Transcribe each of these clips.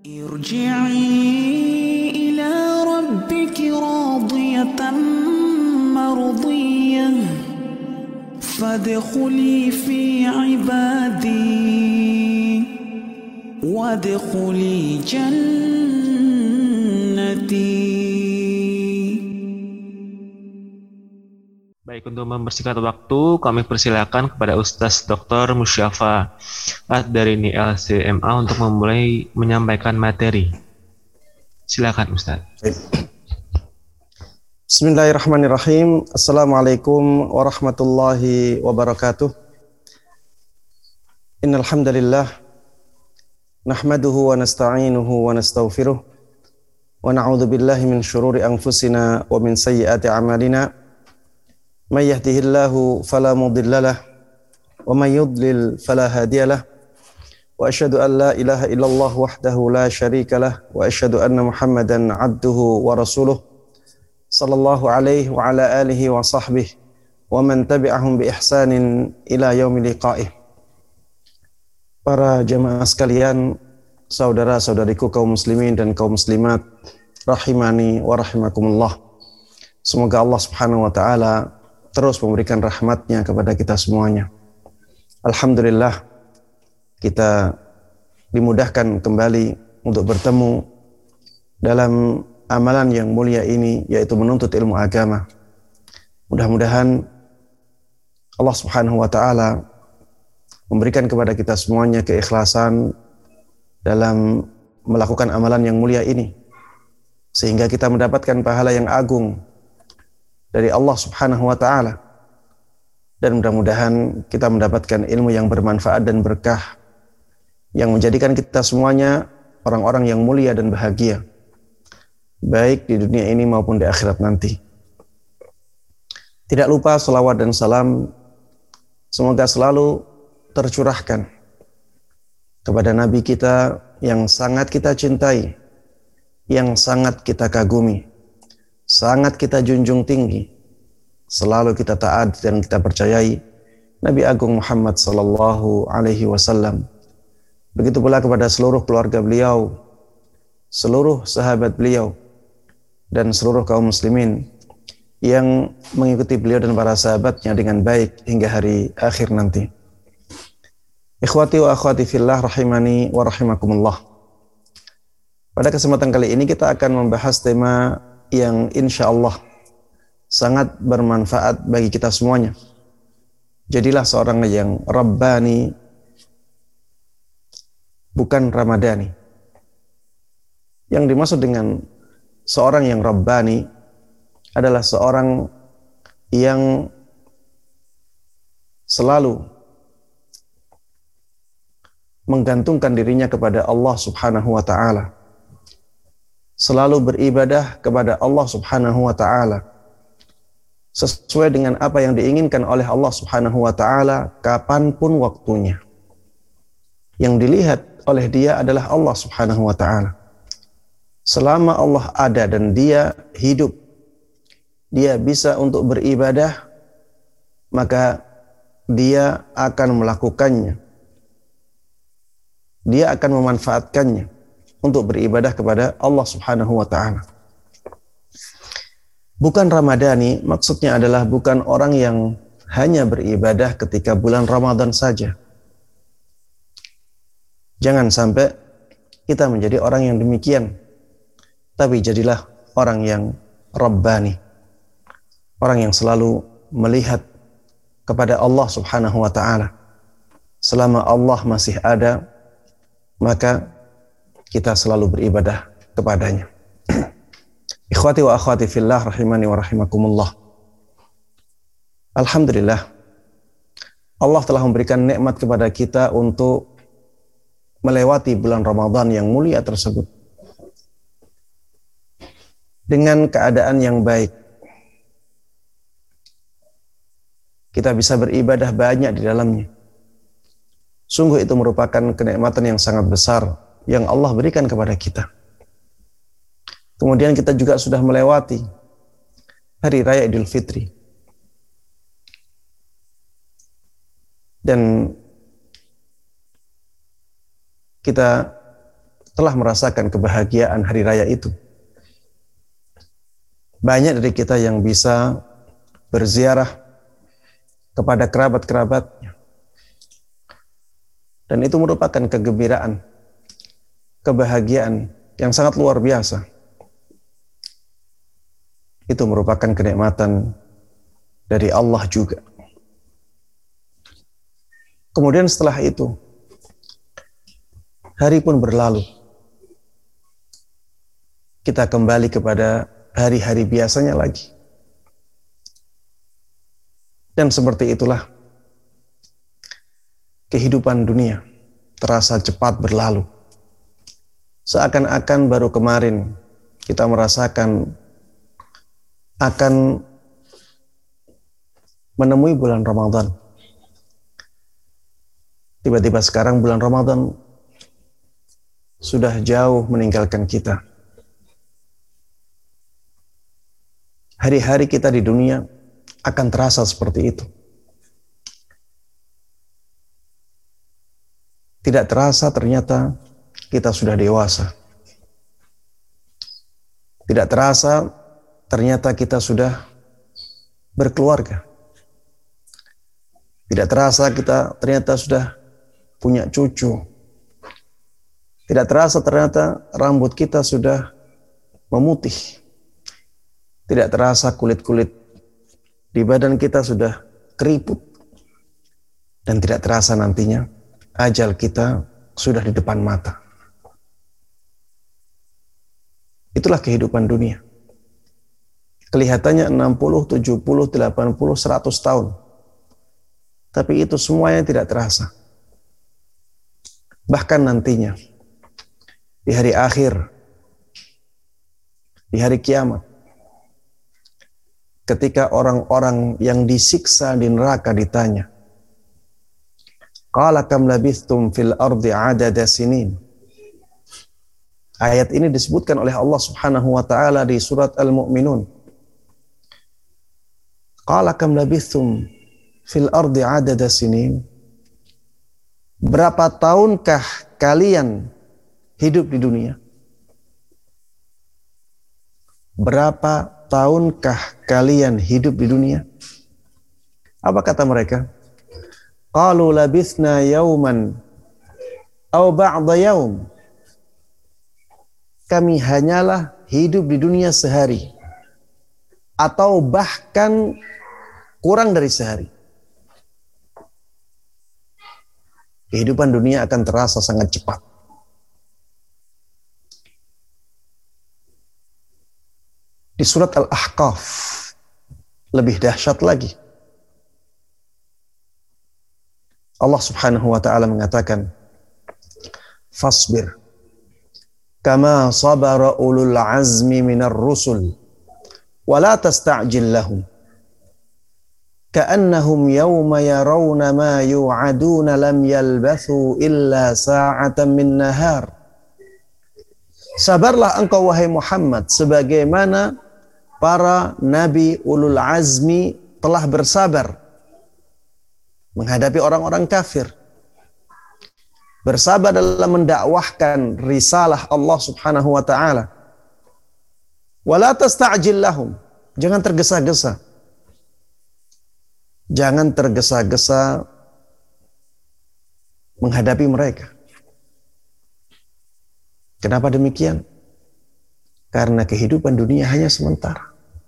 ارجعي إلى ربك راضية مرضية فادخلي في عبادي وادخلي جنتي. Baik, untuk mempersingkat waktu, kami persilakan kepada Ustaz Dr. Musyafa dari LCMA untuk memulai menyampaikan materi. Silakan Ustaz. Bismillahirrahmanirrahim. Assalamualaikum warahmatullahi wabarakatuh. Innal hamdalillah nahmaduhu wa nasta'inuhu wa nastaghfiruh wa na'udzu billahi min syururi anfusina wa min sayyiati a'malina. May yahdihillahu fala mudhillalah wa may yudlil fala hadiyalah. Wa asyhadu an la ilaha illallah wahdahu la syarikalah wa asyhadu anna Muhammadan 'abduhu wa rasuluh sallallahu alaihi wa ala alihi wa sahbihi wa man tabi'ahum bi ihsanin ila yaumil liqa'ih. Para jamaah sekalian, saudara-saudariku kaum muslimin dan kaum muslimat rahimani wa rahimakumullah. Semoga Allah Subhanahu wa taala terus memberikan rahmatnya kepada kita semuanya. Alhamdulillah, kita dimudahkan kembali untuk bertemu dalam amalan yang mulia ini, yaitu menuntut ilmu agama. Mudah-mudahan Allah Subhanahu wa taala memberikan kepada kita semuanya keikhlasan dalam melakukan amalan yang mulia ini, sehingga kita mendapatkan pahala yang agung dari Allah Subhanahu wa taala, dan mudah-mudahan kita mendapatkan ilmu yang bermanfaat dan berkah yang menjadikan kita semuanya orang-orang yang mulia dan bahagia, baik di dunia ini maupun di akhirat nanti. Tidak lupa salawat dan salam semoga selalu tercurahkan kepada Nabi kita yang sangat kita cintai, yang sangat kita kagumi, sangat kita junjung tinggi, selalu kita taat dan kita percayai, Nabi Agung Muhammad sallallahu alaihi wasallam. Begitu pula kepada seluruh keluarga beliau, seluruh sahabat beliau, dan seluruh kaum muslimin yang mengikuti beliau dan para sahabatnya dengan baik hingga hari akhir nanti. Ikhwati wa akhwati fillah rahimani wa rahimakumullah. Pada kesempatan kali ini kita akan membahas tema yang insya Allah sangat bermanfaat bagi kita semuanya. Jadilah seorang yang Rabbani, bukan Ramadhani. Yang dimaksud dengan seorang yang Rabbani adalah seorang yang selalu menggantungkan dirinya kepada Allah Subhanahu wa ta'ala, selalu beribadah kepada Allah Subhanahu wa ta'ala sesuai dengan apa yang diinginkan oleh Allah Subhanahu wa ta'ala kapanpun waktunya. Yang dilihat oleh dia adalah Allah Subhanahu wa ta'ala. Selama Allah ada dan dia hidup, dia bisa untuk beribadah, maka dia akan melakukannya. Dia akan memanfaatkannya untuk beribadah kepada Allah Subhanahu wa ta'ala. Bukan Ramadhani, maksudnya adalah bukan orang yang hanya beribadah ketika bulan Ramadan saja. Jangan sampai kita menjadi orang yang demikian, tapi jadilah orang yang Rabbani, orang yang selalu melihat kepada Allah Subhanahu wa ta'ala. Selama Allah masih ada, maka kita selalu beribadah kepadanya. Ikhwati wa akhwati fillah rahimani wa rahimakumullah. Alhamdulillah, Allah telah memberikan nikmat kepada kita untuk melewati bulan Ramadan yang mulia tersebut dengan keadaan yang baik. Kita bisa beribadah banyak di dalamnya. Sungguh itu merupakan kenikmatan yang sangat besar yang Allah berikan kepada kita. Kemudian kita juga sudah melewati Hari Raya Idul Fitri. Dan kita telah merasakan kebahagiaan hari raya itu. Banyak dari kita yang bisa berziarah kepada kerabat-kerabatnya. Dan itu merupakan kegembiraan, kebahagiaan yang sangat luar biasa. Itu merupakan kenikmatan dari Allah juga. Kemudian setelah itu, hari pun berlalu. Kita kembali kepada hari-hari biasanya lagi. Dan seperti itulah kehidupan dunia terasa cepat berlalu. Seakan-akan baru kemarin kita merasakan akan menemui bulan Ramadan. Tiba-tiba sekarang bulan Ramadan sudah jauh meninggalkan kita. Hari-hari kita di dunia akan terasa seperti itu. Tidak terasa ternyata kita sudah dewasa. Tidak terasa ternyata kita sudah berkeluarga. Tidak terasa kita ternyata sudah punya cucu. Tidak terasa ternyata rambut kita sudah memutih. Tidak terasa kulit-kulit di badan kita sudah keriput. Dan tidak terasa nantinya ajal kita sudah di depan mata. Itulah kehidupan dunia. Kelihatannya 60, 70, 80, 100 tahun. Tapi itu semuanya tidak terasa. Bahkan nantinya, di hari akhir, di hari kiamat, ketika orang-orang yang disiksa di neraka ditanya, qala kam labithtum fil ardi adada sinin. Ayat ini disebutkan oleh Allah Subhanahu wa taala di surat Al-Mu'minun. Qala kam labithtum fil ardi adada sinin. Berapa tahunkah kalian hidup di dunia? Berapa tahunkah kalian hidup di dunia? Apa kata mereka? Qalu labithna yauman aw ba'da yaum. Kami hanyalah hidup di dunia sehari atau bahkan kurang dari sehari. Kehidupan dunia akan terasa sangat cepat. Di surat Al-Ahqaf lebih dahsyat lagi. Allah Subhanahu wa taala mengatakan, "Fasbir kama sabara ulul azmi minar rusul wa la tasta'jil lahum ka'annahum yawma yarawna ma yu'aduna lam yalbathu illa sa'atan min nahar." Sabarlah engkau wahai Muhammad sebagaimana para nabi ulul azmi telah bersabar menghadapi orang-orang kafir. Bersabar dalam mendakwahkan risalah Allah Subhanahu wa taala. Wala tasta'jil lahum. Jangan tergesa-gesa. Jangan tergesa-gesa menghadapi mereka. Kenapa demikian? Karena kehidupan dunia hanya sementara.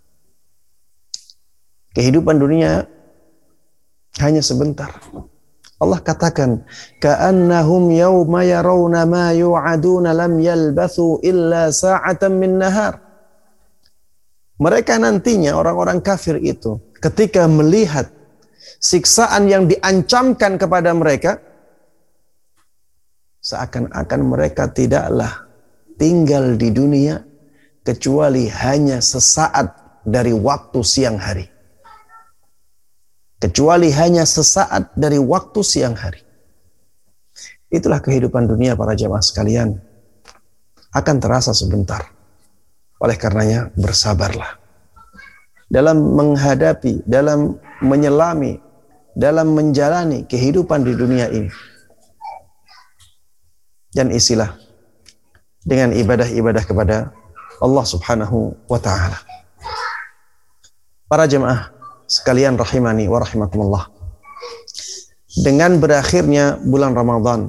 Kehidupan dunia hanya sebentar. Allah katakan, ka'annahum yawma yarawna ma yu'aduna lam yalbathu illa sa'atan min nahar. Mereka nantinya orang-orang kafir itu ketika melihat siksaan yang diancamkan kepada mereka, seakan-akan mereka tidaklah tinggal di dunia kecuali hanya sesaat dari waktu siang hari. Kecuali hanya sesaat dari waktu siang hari. Itulah kehidupan dunia para jamaah sekalian. Akan terasa sebentar. Oleh karenanya bersabarlah. Dalam menghadapi, dalam menyelami, dalam menjalani kehidupan di dunia ini. Dan isilah dengan ibadah-ibadah kepada Allah Subhanahu wa taala. Para jemaah sekalian rahimani wa rahimakumullah. Dengan berakhirnya bulan Ramadan,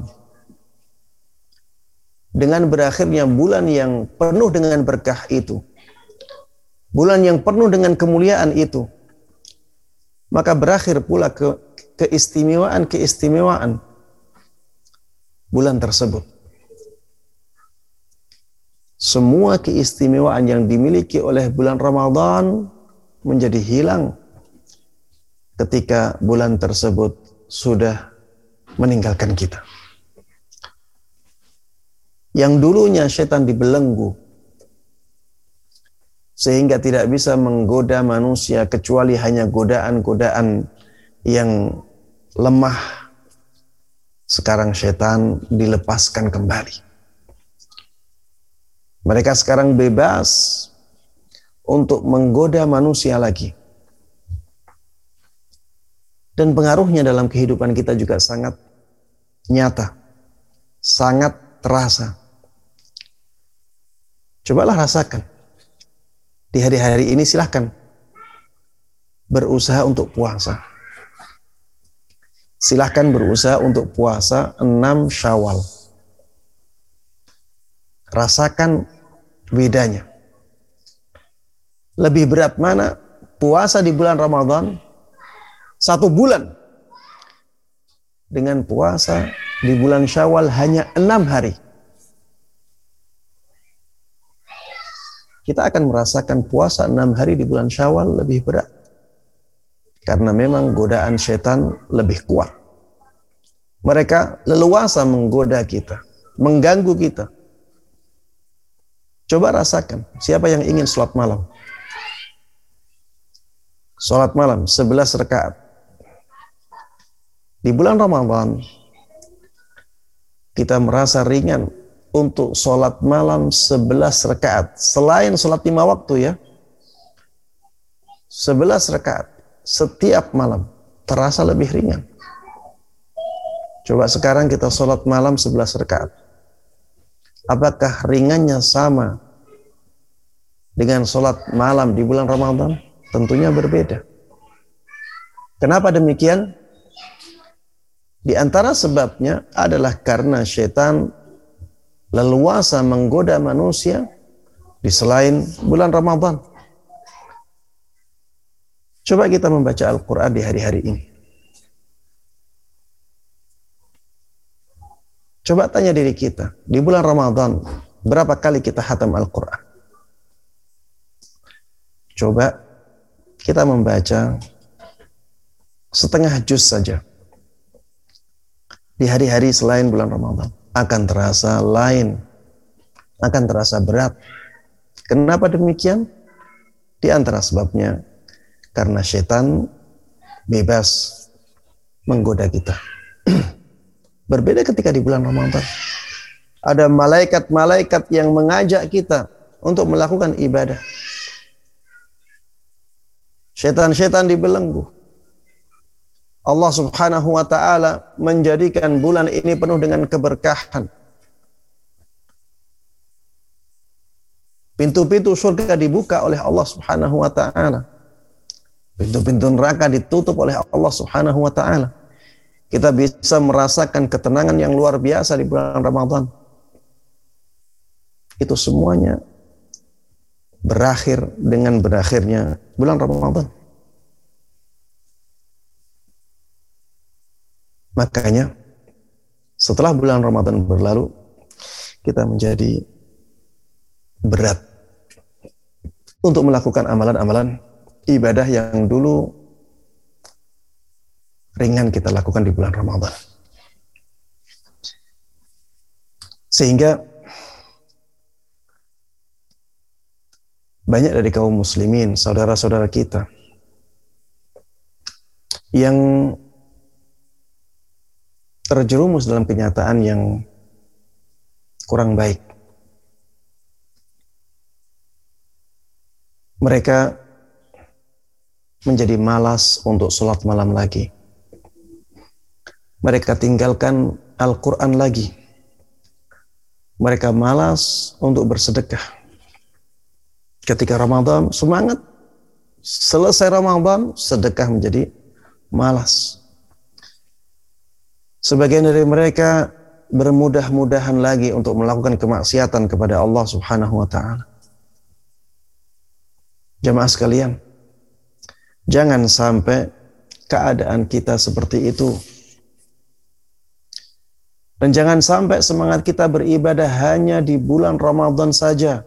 dengan berakhirnya bulan yang penuh dengan berkah itu, bulan yang penuh dengan kemuliaan itu, maka berakhir pula keistimewaan bulan tersebut. Semua keistimewaan yang dimiliki oleh bulan Ramadan menjadi hilang ketika bulan tersebut sudah meninggalkan kita. Yang dulunya setan dibelenggu sehingga tidak bisa menggoda manusia kecuali hanya godaan-godaan yang lemah, sekarang setan dilepaskan kembali. Mereka sekarang bebas untuk menggoda manusia lagi. Dan pengaruhnya dalam kehidupan kita juga sangat nyata, sangat terasa. Cobalah rasakan. Di hari-hari ini silahkan berusaha untuk puasa. Silahkan berusaha untuk puasa 6 Syawal. Rasakan bedanya. Lebih berat mana puasa di bulan Ramadan 1 bulan dengan puasa di bulan Syawal hanya 6 hari. Kita akan merasakan puasa 6 hari di bulan Syawal lebih berat. Karena memang godaan setan lebih kuat. Mereka leluasa menggoda kita, mengganggu kita. Coba rasakan, siapa yang ingin sholat malam? Sholat malam 11 rakaat. Di bulan Ramadan, kita merasa ringan untuk sholat malam 11 rakaat. Selain sholat 5 waktu ya, 11 rakaat setiap malam terasa lebih ringan. Coba sekarang kita sholat malam 11 rakaat. Apakah ringannya sama dengan sholat malam di bulan Ramadan? Tentunya berbeda. Kenapa demikian? Di antara sebabnya adalah karena setan leluasa menggoda manusia di selain bulan Ramadan. Coba kita membaca Al-Quran di hari-hari ini. Coba tanya diri kita, di bulan Ramadan, berapa kali kita khatam Al-Quran? Coba kita membaca setengah juz saja. Di hari-hari selain bulan Ramadan, akan terasa lain, akan terasa berat. Kenapa demikian? Di antara sebabnya, karena setan bebas menggoda kita. Berbeda ketika di bulan Ramadan. Ada malaikat-malaikat yang mengajak kita untuk melakukan ibadah. Setan-setan dibelenggu. Allah Subhanahu wa ta'ala menjadikan bulan ini penuh dengan keberkahan. Pintu-pintu surga dibuka oleh Allah Subhanahu wa ta'ala. Pintu-pintu neraka ditutup oleh Allah Subhanahu wa ta'ala. Kita bisa merasakan ketenangan yang luar biasa di bulan Ramadan. Itu semuanya berakhir dengan berakhirnya bulan Ramadan. Makanya setelah bulan Ramadan berlalu, kita menjadi berat untuk melakukan amalan-amalan ibadah yang dulu ringan kita lakukan di bulan Ramadan. Sehingga banyak dari kaum muslimin, saudara-saudara kita yang terjerumus dalam kenyataan yang kurang baik. Mereka menjadi malas untuk sholat malam lagi. Mereka tinggalkan Al-Quran lagi. Mereka malas untuk bersedekah. Ketika Ramadan semangat, selesai Ramadan sedekah menjadi malas. Sebagian dari mereka bermudah-mudahan lagi untuk melakukan kemaksiatan kepada Allah Subhanahu wa taala. Jamaah sekalian, jangan sampai keadaan kita seperti itu. Dan jangan sampai semangat kita beribadah hanya di bulan Ramadan saja.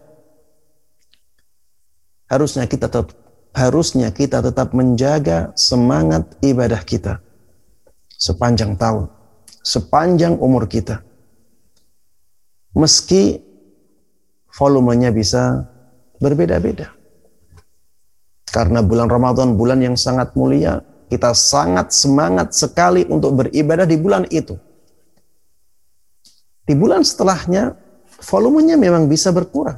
Harusnya kita tetap menjaga semangat ibadah kita sepanjang tahun, sepanjang umur kita. Meski volumenya bisa berbeda-beda. Karena bulan Ramadan bulan yang sangat mulia, kita sangat semangat sekali untuk beribadah di bulan itu. Di bulan setelahnya volumenya memang bisa berkurang.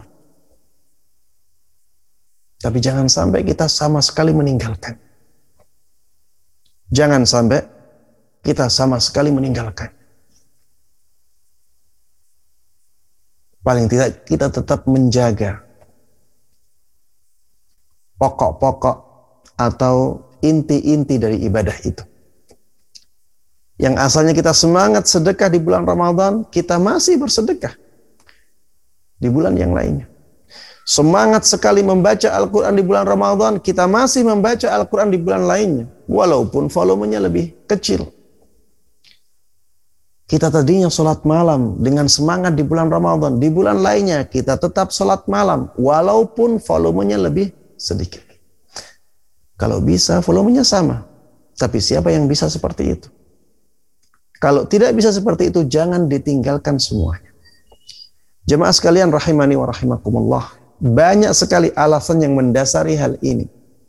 Tapi jangan sampai kita sama sekali meninggalkan. Jangan sampai kita sama sekali meninggalkan. Paling tidak kita tetap menjaga pokok-pokok atau inti-inti dari ibadah itu. Yang asalnya kita semangat sedekah di bulan Ramadan, kita masih bersedekah di bulan yang lainnya. Semangat sekali membaca Al-Quran di bulan Ramadan, kita masih membaca Al-Quran di bulan lainnya, walaupun volumenya lebih kecil. Kita tadinya sholat malam dengan semangat di bulan Ramadan, di bulan lainnya kita tetap sholat malam, walaupun volumenya lebih sedikit. Kalau bisa volumenya sama, tapi siapa yang bisa seperti itu? Kalau tidak bisa seperti itu, jangan ditinggalkan semuanya. Jemaah sekalian rahimani wa rahimakumullah, banyak sekali alasan yang mendasari hal ini.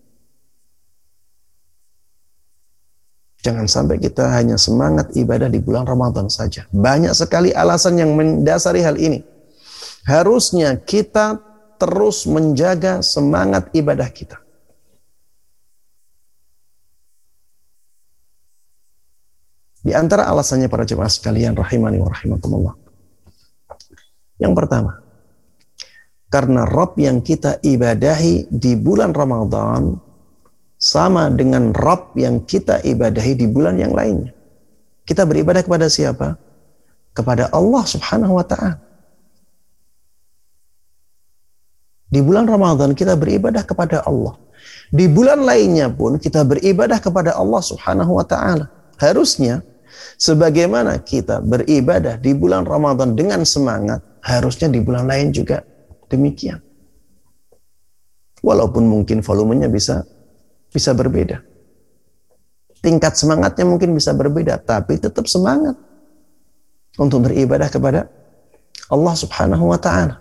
Jangan sampai kita hanya semangat ibadah di bulan Ramadan saja. Banyak sekali alasan yang mendasari hal ini. Harusnya kita terus menjaga semangat ibadah kita. Di antara alasannya para jemaah sekalian rahimani wa rahimakumullah. Yang pertama, karena Rabb yang kita ibadahi di bulan Ramadan sama dengan Rabb yang kita ibadahi di bulan yang lainnya. Kita beribadah kepada siapa? Kepada Allah Subhanahu wa ta'ala. Di bulan Ramadan kita beribadah kepada Allah. Di bulan lainnya pun kita beribadah kepada Allah Subhanahu wa ta'ala. Harusnya sebagaimana kita beribadah di bulan Ramadan dengan semangat, harusnya di bulan lain juga demikian. Walaupun mungkin volumenya bisa berbeda. Tingkat semangatnya mungkin bisa berbeda, tapi tetap semangat untuk beribadah kepada Allah Subhanahu wa ta'ala.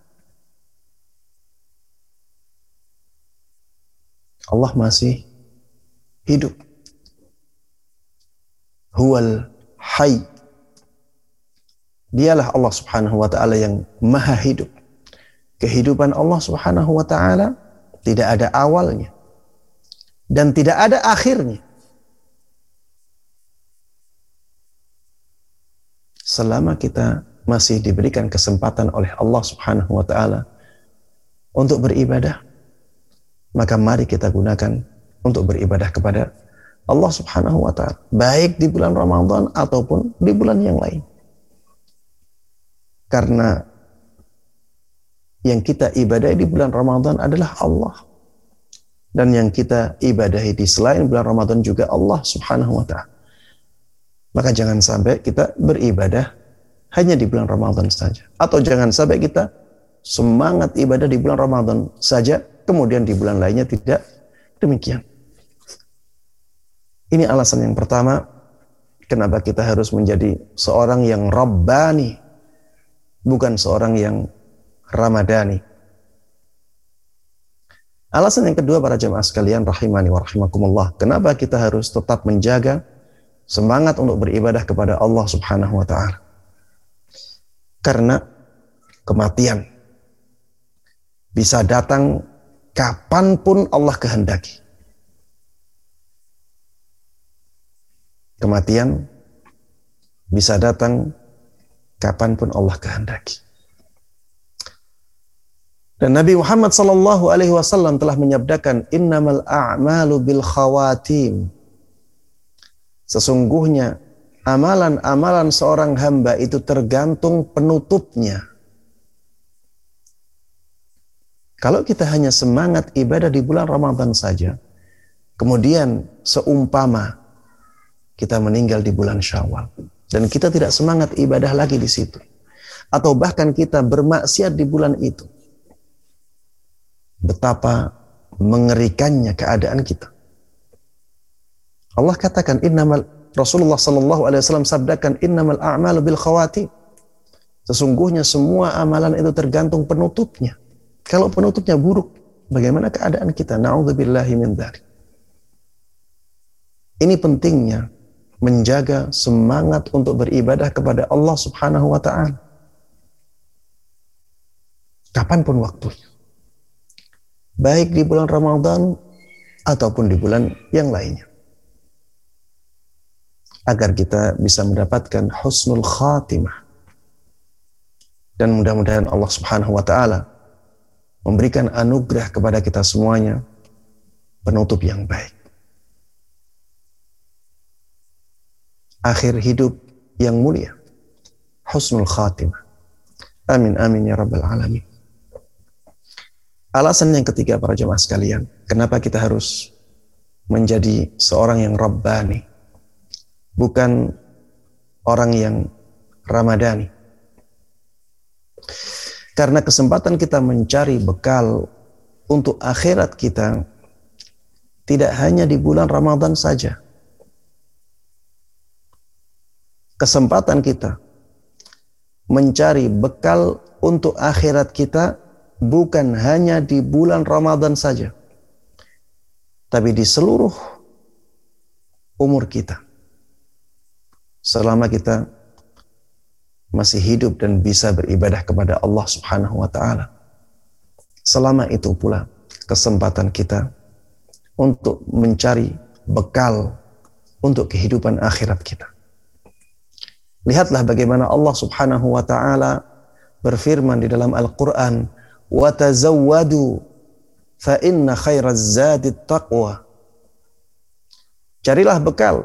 Allah masih hidup. Huwal hayy. Dialah Allah Subhanahu wa ta'ala yang maha hidup. Kehidupan Allah Subhanahu wa ta'ala tidak ada awalnya dan tidak ada akhirnya. Selama kita masih diberikan kesempatan oleh Allah Subhanahu wa ta'ala untuk beribadah, maka mari kita gunakan untuk beribadah kepada Allah Subhanahu wa ta'ala, baik di bulan Ramadan ataupun di bulan yang lain. Karena yang kita ibadahi di bulan Ramadan adalah Allah, dan yang kita ibadahi di selain bulan Ramadan juga Allah Subhanahu wa ta'ala. Maka jangan sampai kita beribadah hanya di bulan Ramadan saja, atau jangan sampai kita semangat ibadah di bulan Ramadan saja, kemudian di bulan lainnya tidak demikian. Ini alasan yang pertama, kenapa kita harus menjadi seorang yang Rabbani, bukan seorang yang Ramadhani. Alasan yang kedua para jemaah sekalian rahimani wa rahimakumullah, kenapa kita harus tetap menjaga semangat untuk beribadah kepada Allah Subhanahu wa ta'ala? Karena kematian bisa datang kapanpun Allah kehendaki. Kematian bisa datang kapanpun Allah kehendaki. Dan Nabi Muhammad sallallahu alaihi wasallam telah menyabdakan, innamal a'malu bil khawatim. Sesungguhnya amalan-amalan seorang hamba itu tergantung penutupnya. Kalau kita hanya semangat ibadah di bulan Ramadan saja, kemudian seumpama kita meninggal di bulan Syawal dan kita tidak semangat ibadah lagi di situ, atau bahkan kita bermaksiat di bulan itu, betapa mengerikannya keadaan kita. Allah katakan, Rasulullah sallallahu alaihi wasallam sabdakan, innamal a'malu bil khawatim. Sesungguhnya semua amalan itu tergantung penutupnya. Kalau penutupnya buruk, bagaimana keadaan kita? Na'udzubillahi min dzalik. Ini pentingnya menjaga semangat untuk beribadah kepada Allah Subhanahu wa ta'ala. Kapanpun waktunya. Baik di bulan Ramadan ataupun di bulan yang lainnya. Agar kita bisa mendapatkan husnul khatimah. Dan mudah-mudahan Allah Subhanahu wa ta'ala memberikan anugerah kepada kita semuanya penutup yang baik. Akhir hidup yang mulia. Husnul khatimah. Amin amin ya rabbal alamin. Alasan yang ketiga para jemaah sekalian, kenapa kita harus menjadi seorang yang rabbani, bukan orang yang ramadhani. Karena kesempatan kita mencari bekal untuk akhirat kita tidak hanya di bulan Ramadan saja. Kesempatan kita mencari bekal untuk akhirat kita bukan hanya di bulan Ramadan saja, tapi di seluruh umur kita. Selama kita masih hidup dan bisa beribadah kepada Allah Subhanahu wa ta'ala. Selama itu pula kesempatan kita untuk mencari bekal untuk kehidupan akhirat kita. Lihatlah bagaimana Allah Subhanahu wa ta'ala berfirman di dalam Al-Quran, وَتَزَوَّدُوا فَإِنَّ خَيْرَ الزَّادِ التَّقْوَى. Carilah bekal.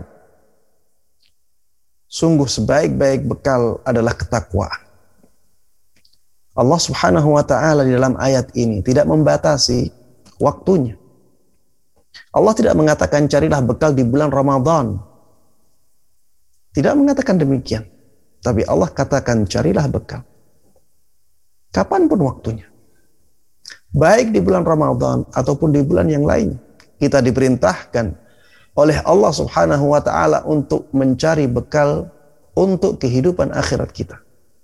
Sungguh sebaik-baik bekal adalah ketakwaan. Allah Subhanahu wa ta'ala di dalam ayat ini tidak membatasi waktunya. Allah tidak mengatakan carilah bekal di bulan Ramadan. Tidak mengatakan demikian. Tapi Allah katakan carilah bekal. Kapanpun waktunya. Baik di bulan Ramadan ataupun di bulan yang lain. Kita diperintahkan oleh Allah Subhanahu wa ta'ala untuk mencari bekal untuk kehidupan akhirat kita.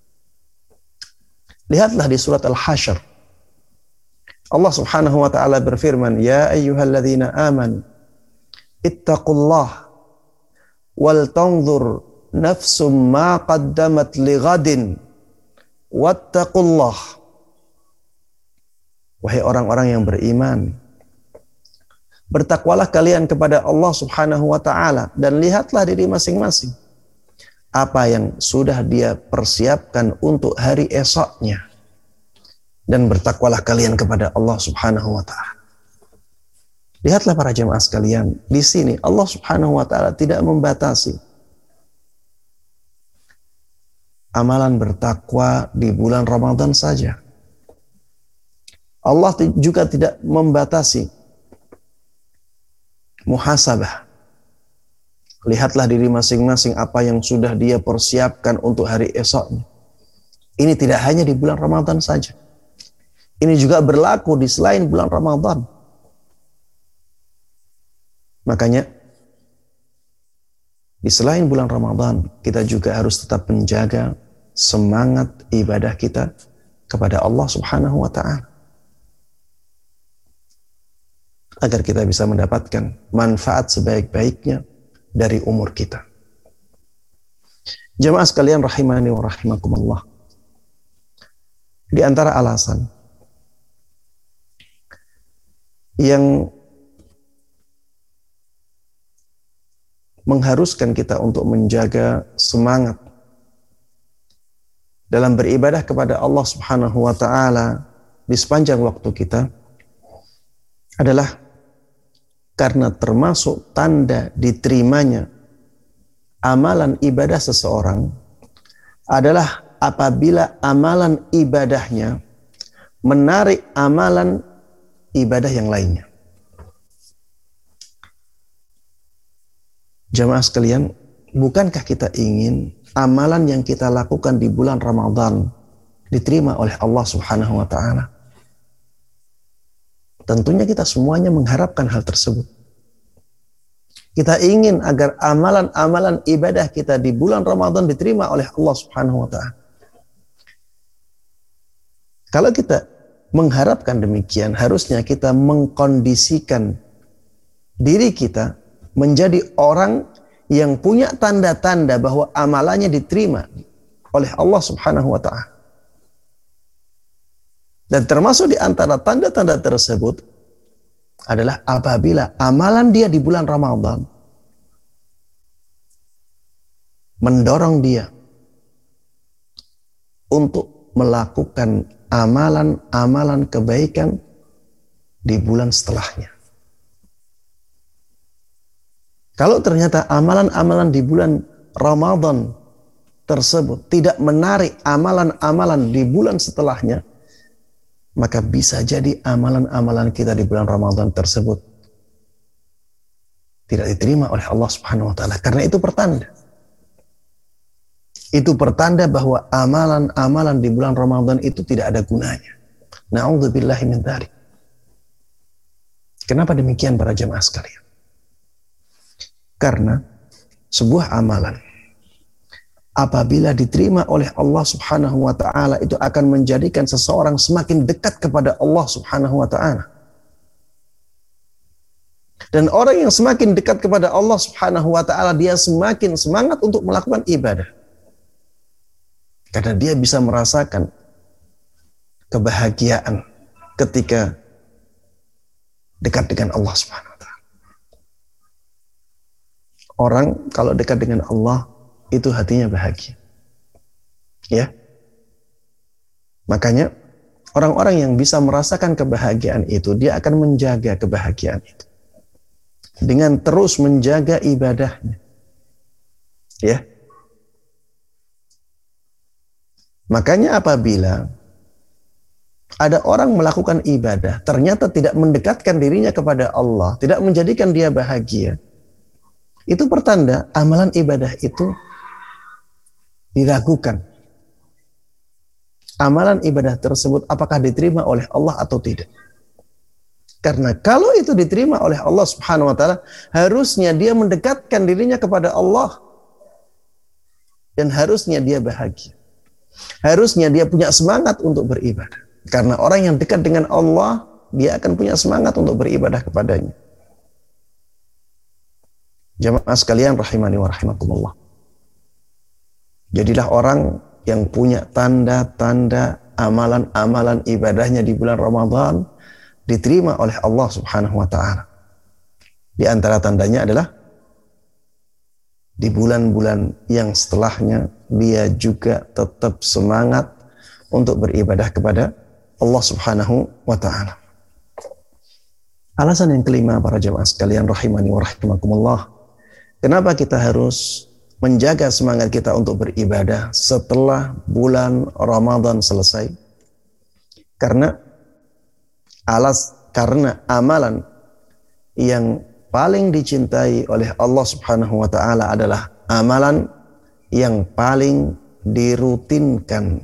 Lihatlah di surat Al-Hasyr. Allah Subhanahu wa ta'ala berfirman, Ya ayyuhalladzina amanu ittaqullah wal tanzur nafsum ma qaddamat lighadin wattaqullah. Wahai orang-orang yang beriman, bertakwalah kalian kepada Allah Subhanahu wa ta'ala dan lihatlah diri masing-masing apa yang sudah dia persiapkan untuk hari esoknya, dan bertakwalah kalian kepada Allah Subhanahu wa ta'ala. Lihatlah para jemaah sekalian, di sini Allah Subhanahu wa ta'ala tidak membatasi amalan bertakwa di bulan Ramadan saja. Allah juga tidak membatasi muhasabah. Lihatlah diri masing-masing apa yang sudah dia persiapkan untuk hari esoknya. Ini tidak hanya di bulan Ramadan saja. Ini juga berlaku di selain bulan Ramadan. Makanya di selain bulan Ramadan kita juga harus tetap menjaga semangat ibadah kita kepada Allah Subhanahu wa ta'ala. Agar kita bisa mendapatkan manfaat sebaik-baiknya dari umur kita. Jemaah sekalian rahimani wa rahimakumullah. Di antara alasan yang mengharuskan kita untuk menjaga semangat dalam beribadah kepada Allah Subhanahu wa ta'ala di sepanjang waktu kita adalah karena termasuk tanda diterimanya amalan ibadah seseorang adalah apabila amalan ibadahnya menarik amalan ibadah yang lainnya. Jamaah sekalian, bukankah kita ingin amalan yang kita lakukan di bulan Ramadan diterima oleh Allah Subhanahu wa ta'ala? Tentunya kita semuanya mengharapkan hal tersebut. Kita ingin agar amalan-amalan ibadah kita di bulan Ramadan diterima oleh Allah Subhanahu wa ta'ala. Kalau kita mengharapkan demikian, harusnya kita mengkondisikan diri kita menjadi orang yang punya tanda-tanda bahwa amalannya diterima oleh Allah Subhanahu wa ta'ala. Dan termasuk di antara tanda-tanda tersebut adalah apabila amalan dia di bulan Ramadan mendorong dia untuk melakukan amalan-amalan kebaikan di bulan setelahnya. Kalau ternyata amalan-amalan di bulan Ramadan tersebut tidak menarik amalan-amalan di bulan setelahnya, maka bisa jadi amalan-amalan kita di bulan Ramadan tersebut tidak diterima oleh Allah Subhanahu wa ta'ala. Karena itu pertanda. Itu pertanda bahwa amalan-amalan di bulan Ramadan itu tidak ada gunanya. Na'udzubillahi min dzalik. Kenapa demikian para jemaah sekalian? Karena sebuah amalan apabila diterima oleh Allah Subhanahu wa ta'ala itu akan menjadikan seseorang semakin dekat kepada Allah Subhanahu wa ta'ala. Dan orang yang semakin dekat kepada Allah Subhanahu wa ta'ala, dia semakin semangat untuk melakukan ibadah. Karena dia bisa merasakan kebahagiaan ketika dekat dengan Allah Subhanahu wa ta'ala. Orang kalau dekat dengan Allah itu hatinya bahagia. Ya. Makanya orang-orang yang bisa merasakan kebahagiaan itu, dia akan menjaga kebahagiaan itu dengan terus menjaga ibadahnya. Ya. Makanya apabila ada orang melakukan ibadah ternyata tidak mendekatkan dirinya kepada Allah, tidak menjadikan dia bahagia, itu pertanda amalan ibadah itu diragukan. Amalan ibadah tersebut apakah diterima oleh Allah atau tidak. Karena kalau itu diterima oleh Allah Subhanahu wa ta'ala, harusnya dia mendekatkan dirinya kepada Allah. Dan harusnya dia bahagia. Harusnya dia punya semangat untuk beribadah. Karena orang yang dekat dengan Allah, dia akan punya semangat untuk beribadah kepadanya. Jamaah sekalian rahimani wa rahimakumullah. Jadilah orang yang punya tanda-tanda amalan-amalan ibadahnya di bulan Ramadan diterima oleh Allah Subhanahu wa ta'ala. Di antara tandanya adalah di bulan-bulan yang setelahnya dia juga tetap semangat untuk beribadah kepada Allah Subhanahu wa ta'ala. Alasan yang kelima para jamaah sekalian rahimani wa rahimakumullah, kenapa kita harus menjaga semangat kita untuk beribadah setelah bulan Ramadan selesai? Karena amalan yang paling dicintai oleh Allah Subhanahu wa ta'ala adalah amalan yang paling dirutinkan.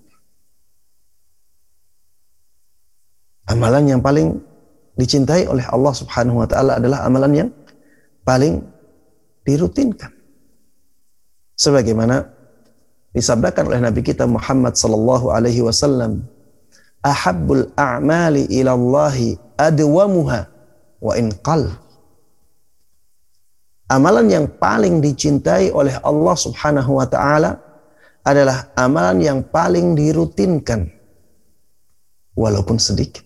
Amalan yang paling dicintai oleh Allah Subhanahu wa ta'ala adalah amalan yang paling dirutinkan. Sebagaimana disabdakan oleh Nabi kita Muhammad sallallahu alaihi wasallam, ahabbul a'mali ila Allahi adwamuha wa in qal. Amalan yang paling dicintai oleh Allah Subhanahu wa ta'ala adalah amalan yang paling dirutinkan walaupun sedikit.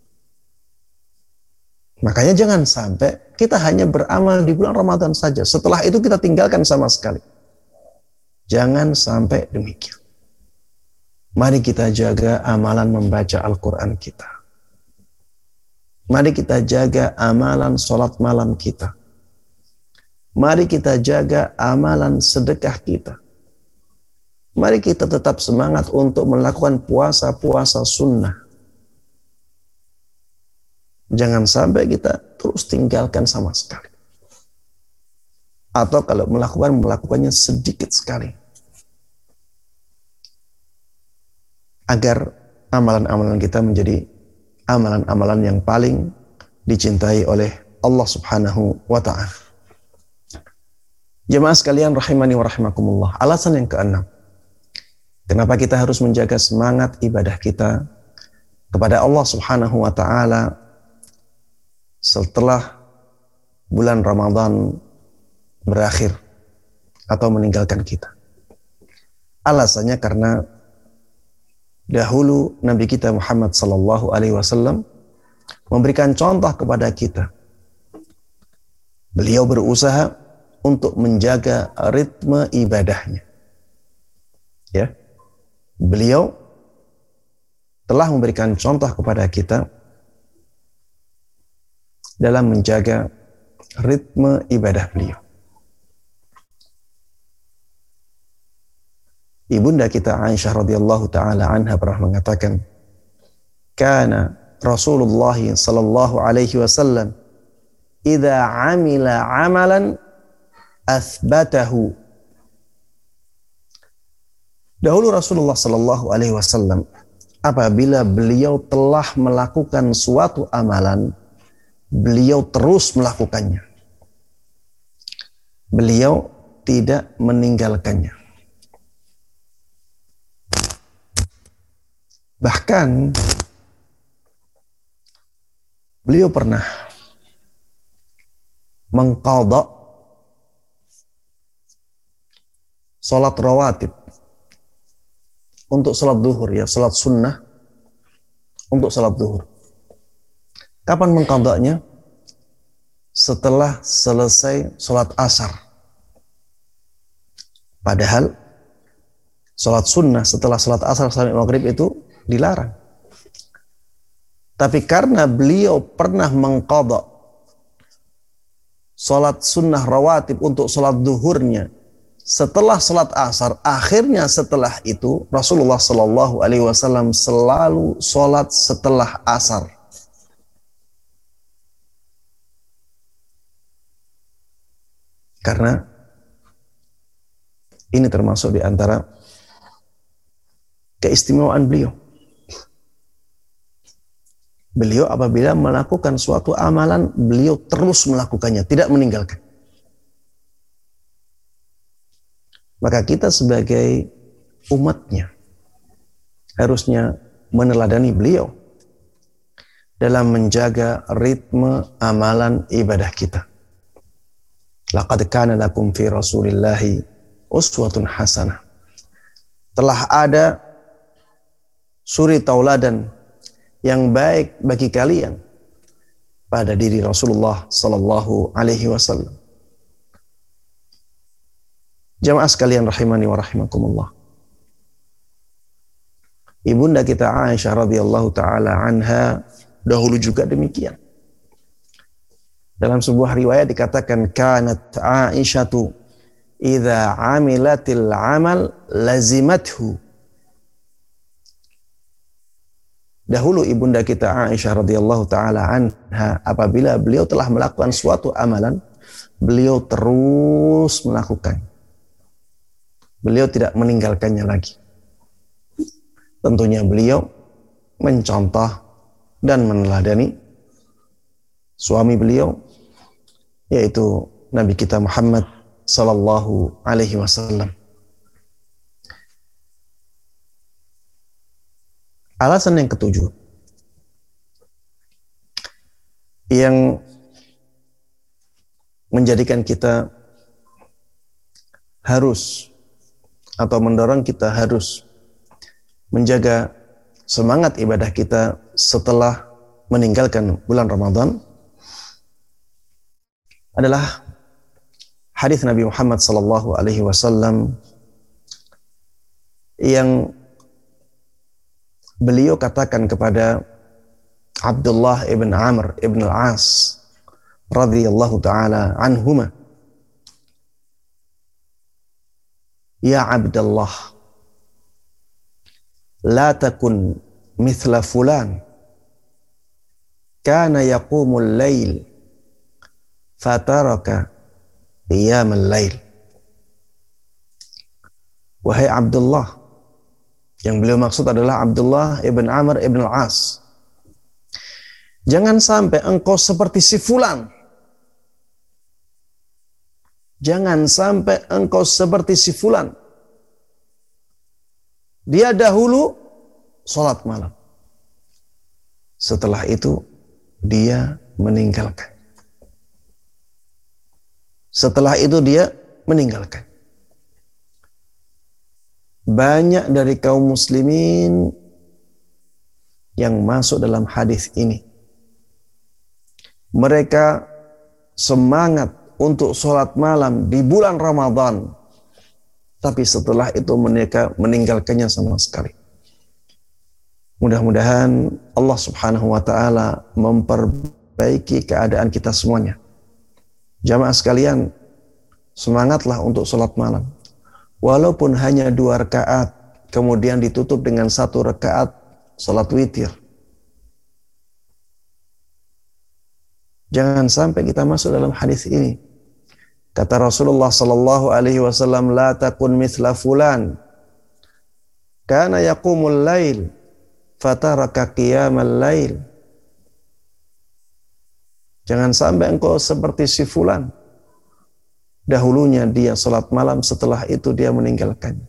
Makanya jangan sampai kita hanya beramal di bulan Ramadan saja, setelah itu kita tinggalkan sama sekali. Jangan sampai demikian. Mari kita jaga amalan membaca Al-Quran kita. Mari kita jaga amalan sholat malam kita. Mari kita jaga amalan sedekah kita. Mari kita tetap semangat untuk melakukan puasa-puasa sunnah. Jangan sampai kita terus tinggalkan sama sekali. Atau kalau melakukannya sedikit sekali. Agar amalan-amalan kita menjadi amalan-amalan yang paling dicintai oleh Allah Subhanahu wa ta'ala. Jemaah sekalian rahimani wa rahimakumullah. Alasan yang keenam, kenapa kita harus menjaga semangat ibadah kita kepada Allah Subhanahu wa ta'ala setelah bulan Ramadan berakhir atau meninggalkan kita. Alasannya karena dahulu Nabi kita Muhammad sallallahu alaihi wasallam memberikan contoh kepada kita. Beliau berusaha untuk menjaga ritme ibadahnya. Ya. Beliau telah memberikan contoh kepada kita dalam menjaga ritme ibadah beliau. Ibunda kita Aisyah radhiyallahu taala anha pernah mengatakan, "Kana Rasulullah sallallahu alaihi wasallam idza 'amila 'amalan athbatahu." Dahulu Rasulullah sallallahu alaihi wasallam apabila beliau telah melakukan suatu amalan, beliau terus melakukannya. Beliau tidak meninggalkannya. Bahkan beliau pernah mengqadha salat rawatib untuk salat duhur, ya, salat sunnah untuk salat duhur. Kapan mengqadhanya? Setelah selesai salat asar. Padahal salat sunnah setelah salat asar sampai maghrib itu dilarang. Tapi karena beliau pernah mengqadha salat sunnah rawatib untuk salat duhurnya setelah salat asar, akhirnya setelah itu Rasulullah Shallallahu Alaihi Wasallam selalu salat setelah asar. Karena ini termasuk di antara keistimewaan beliau. Beliau apabila melakukan suatu amalan, beliau terus melakukannya, tidak meninggalkan. Maka kita sebagai umatnya harusnya meneladani beliau dalam menjaga ritme amalan ibadah kita. Laqad kana lakum fi Rasulillahi uswatun hasanah. Telah ada suri tauladan yang baik bagi kalian pada diri Rasulullah sallallahu alaihi wasallam. Jamaah sekalian rahimani wa rahimakumullah. Ibunda kita Aisyah radhiyallahu taala anha dahulu juga demikian. Dalam sebuah riwayat dikatakan kanat Aisyatu idza amilatil amal lazimathu. Dahulu ibunda kita Aisyah radhiyallahu taala anha apabila beliau telah melakukan suatu amalan, beliau terus melakukan. Beliau tidak meninggalkannya lagi. Tentunya beliau mencontoh dan meneladani suami beliau, yaitu Nabi kita Muhammad sallallahu alaihi wasallam. Alasan yang ketujuh yang menjadikan kita harus atau mendorong kita harus menjaga semangat ibadah kita setelah meninggalkan bulan Ramadan adalah hadis Nabi Muhammad sallallahu alaihi wasallam yang beliau katakan kepada Abdullah ibn Amr ibn al-As radhiyallahu ta'ala anhuma, ya Abdullah, la takun mithla fulan, kana yaqumul lail fataraka qiyamal lail. Wahai Abdullah, yang beliau maksud adalah Abdullah ibn Amr ibn al-As, jangan sampai engkau seperti si fulan. Jangan sampai engkau seperti si fulan. Dia dahulu sholat malam. Setelah itu dia meninggalkan. Setelah itu dia meninggalkan. Banyak dari kaum muslimin yang masuk dalam hadis ini. Mereka semangat untuk sholat malam di bulan Ramadan, tapi setelah itu mereka meninggalkannya sama sekali. Mudah-mudahan Allah Subhanahu wa ta'ala memperbaiki keadaan kita semuanya. Jamaah sekalian, semangatlah untuk sholat malam. Walaupun hanya 2 rakaat, kemudian ditutup dengan 1 rakaat sholat witir. Jangan sampai kita masuk dalam hadis ini. Kata Rasulullah sallallahu alaihi wasallam, la takun mithla fulan, kana yaqumul lail fataraka qiyamal lail. Jangan sampai engkau seperti si fulan. Dahulunya dia salat malam, setelah itu dia meninggalkannya.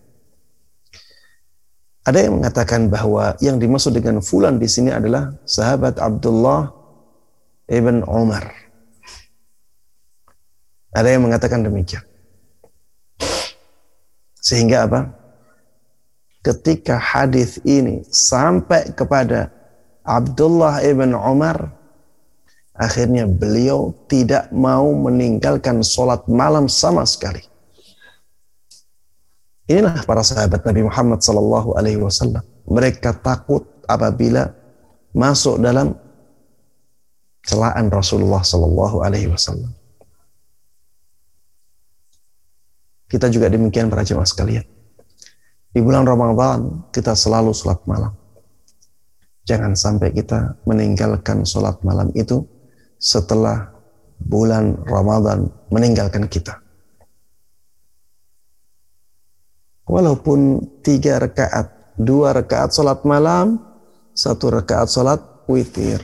Ada yang mengatakan bahwa yang dimaksud dengan fulan di sini adalah sahabat Abdullah ibn Umar. Ada yang mengatakan demikian. Sehingga apa? Ketika hadis ini sampai kepada Abdullah ibn Umar, akhirnya beliau tidak mau meninggalkan sholat malam sama sekali. Inilah para sahabat Nabi Muhammad SAW. Mereka takut apabila masuk dalam celaan Rasulullah SAW. Kita juga demikian para jemaah sekalian. Di bulan Ramadan kita selalu sholat malam. Jangan sampai kita meninggalkan sholat malam itu setelah bulan Ramadan meninggalkan kita. Walaupun 3 rakaat, 2 rakaat sholat malam, 1 rakaat sholat witir.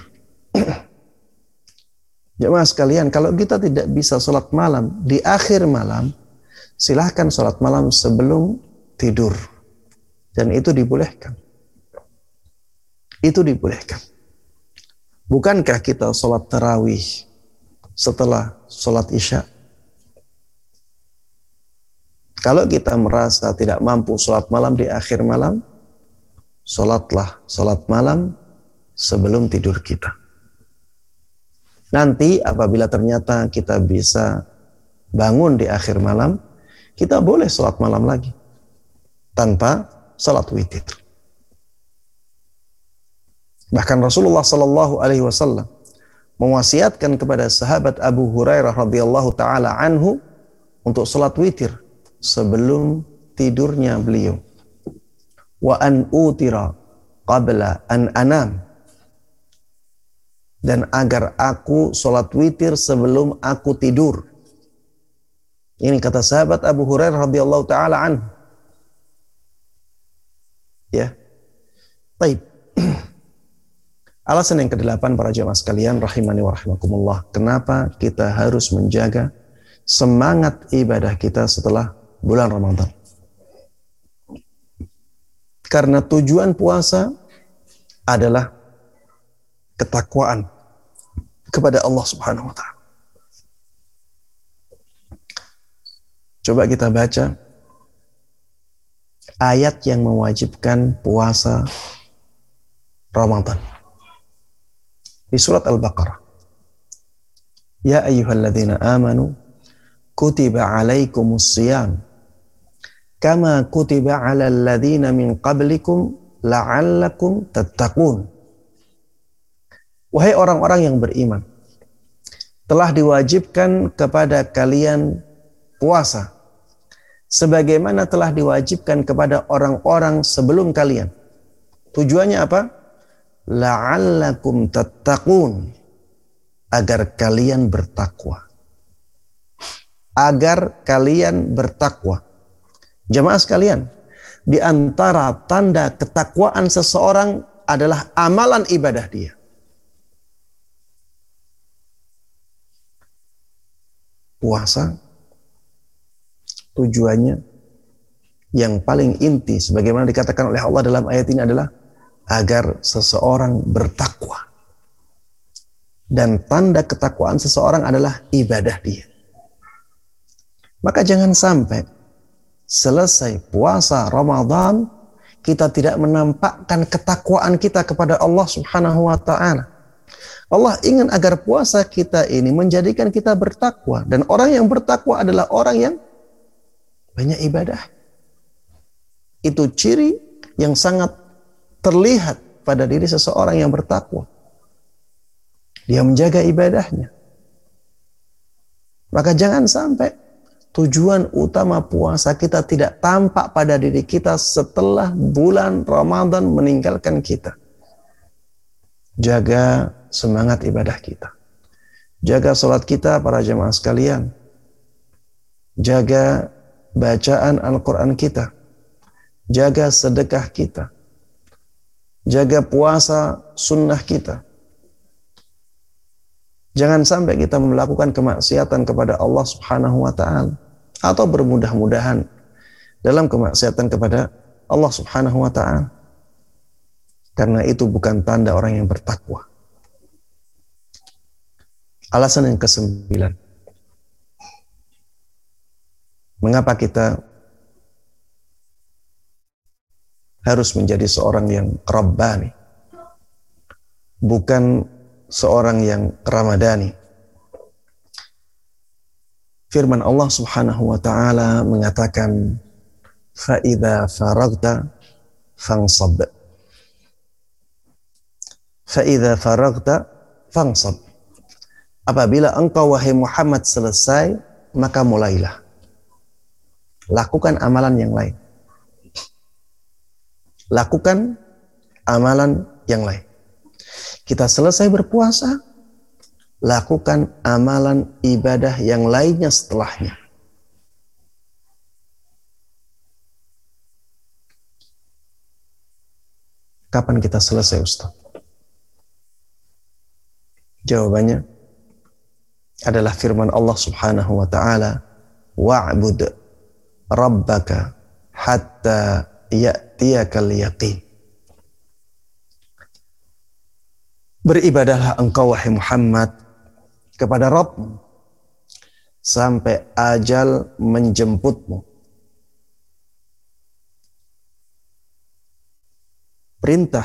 Jemaah sekalian, kalau kita tidak bisa sholat malam di akhir malam, silahkan sholat malam sebelum tidur. Dan itu dibolehkan. Itu dibolehkan. Bukankah kita sholat tarawih setelah sholat isya? Kalau kita merasa tidak mampu sholat malam di akhir malam, sholatlah sholat malam sebelum tidur kita. Nanti apabila ternyata kita bisa bangun di akhir malam, kita boleh sholat malam lagi tanpa sholat witir. Bahkan Rasulullah Sallallahu Alaihi Wasallam mewasiatkan kepada sahabat Abu Hurairah radhiyallahu taala anhu untuk sholat witir sebelum tidurnya beliau. Wa an utira qabla an anam, dan agar aku sholat witir sebelum aku tidur. Ini kata sahabat Abu Hurairah radhiyallahu taala anhu. Ya, baik. Alasan yang ke-8 para jemaah sekalian rahimani wa rahimakumullah, kenapa kita harus menjaga semangat ibadah kita setelah bulan Ramadan. Karena tujuan puasa adalah ketakwaan kepada Allah Subhanahu wa taala. Coba kita baca ayat yang mewajibkan puasa Ramadan. Di surat Al-Baqarah. Ya ayyuhalladzina amanu kutiba alaikumus siyam kama kutiba alal ladzina min qablikum la'allakum tattaqun. Wahai orang-orang yang beriman, telah diwajibkan kepada kalian puasa sebagaimana telah diwajibkan kepada orang-orang sebelum kalian. Tujuannya apa? La'allakum tattaqun, agar kalian bertakwa. Agar kalian bertakwa. Jamaah sekalian, di antara tanda ketakwaan seseorang adalah amalan ibadah dia. Puasa tujuannya yang paling inti sebagaimana dikatakan oleh Allah dalam ayat ini adalah agar seseorang bertakwa. Dan tanda ketakwaan seseorang adalah ibadah dia. Maka jangan sampai selesai puasa Ramadan kita tidak menampakkan ketakwaan kita kepada Allah Subhanahu wa taala. Allah ingin agar puasa kita ini menjadikan kita bertakwa, dan orang yang bertakwa adalah orang yang banyak ibadah. Itu ciri yang sangat terlihat pada diri seseorang yang bertakwa. Dia menjaga ibadahnya. Maka jangan sampai tujuan utama puasa kita tidak tampak pada diri kita setelah bulan Ramadan meninggalkan kita. Jaga semangat ibadah kita. Jaga salat kita para jemaah sekalian. Jaga bacaan Al-Quran kita. Jaga sedekah kita. Jaga puasa sunnah kita. Jangan sampai kita melakukan kemaksiatan kepada Allah Subhanahu wa taala atau bermudah-mudahan dalam kemaksiatan kepada Allah Subhanahu wa taala. Karena itu bukan tanda orang yang bertakwa. Alasan yang ke-9. Mengapa kita harus menjadi seorang yang Rabbani, bukan seorang yang Ramadhani? Firman Allah Subhanahu wa taala mengatakan, "Fa idza faragta fansab." Fa idza faragta fansab. Apabila engkau wahai Muhammad selesai, maka mulailah. Lakukan amalan yang lain. Lakukan amalan yang lain. Kita selesai berpuasa, lakukan amalan ibadah yang lainnya setelahnya. Kapan kita selesai, Ustaz? Jawabannya adalah firman Allah Subhanahu wa taala, "Wa'bud rabbaka hatta ya'tiyakal yaqin." Beribadahlah engkau wahai Muhammad kepada Rabb sampai ajal menjemputmu. Perintah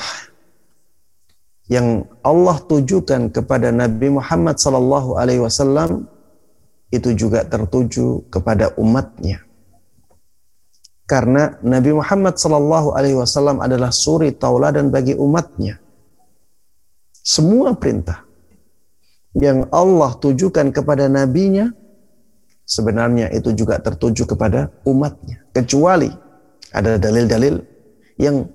yang Allah tujukan kepada Nabi Muhammad sallallahu alaihi wasallam itu juga tertuju kepada umatnya. Karena Nabi Muhammad sallallahu alaihi wasallam adalah suri tauladan bagi umatnya. Semua perintah yang Allah tujukan kepada nabinya sebenarnya itu juga tertuju kepada umatnya, kecuali ada dalil-dalil yang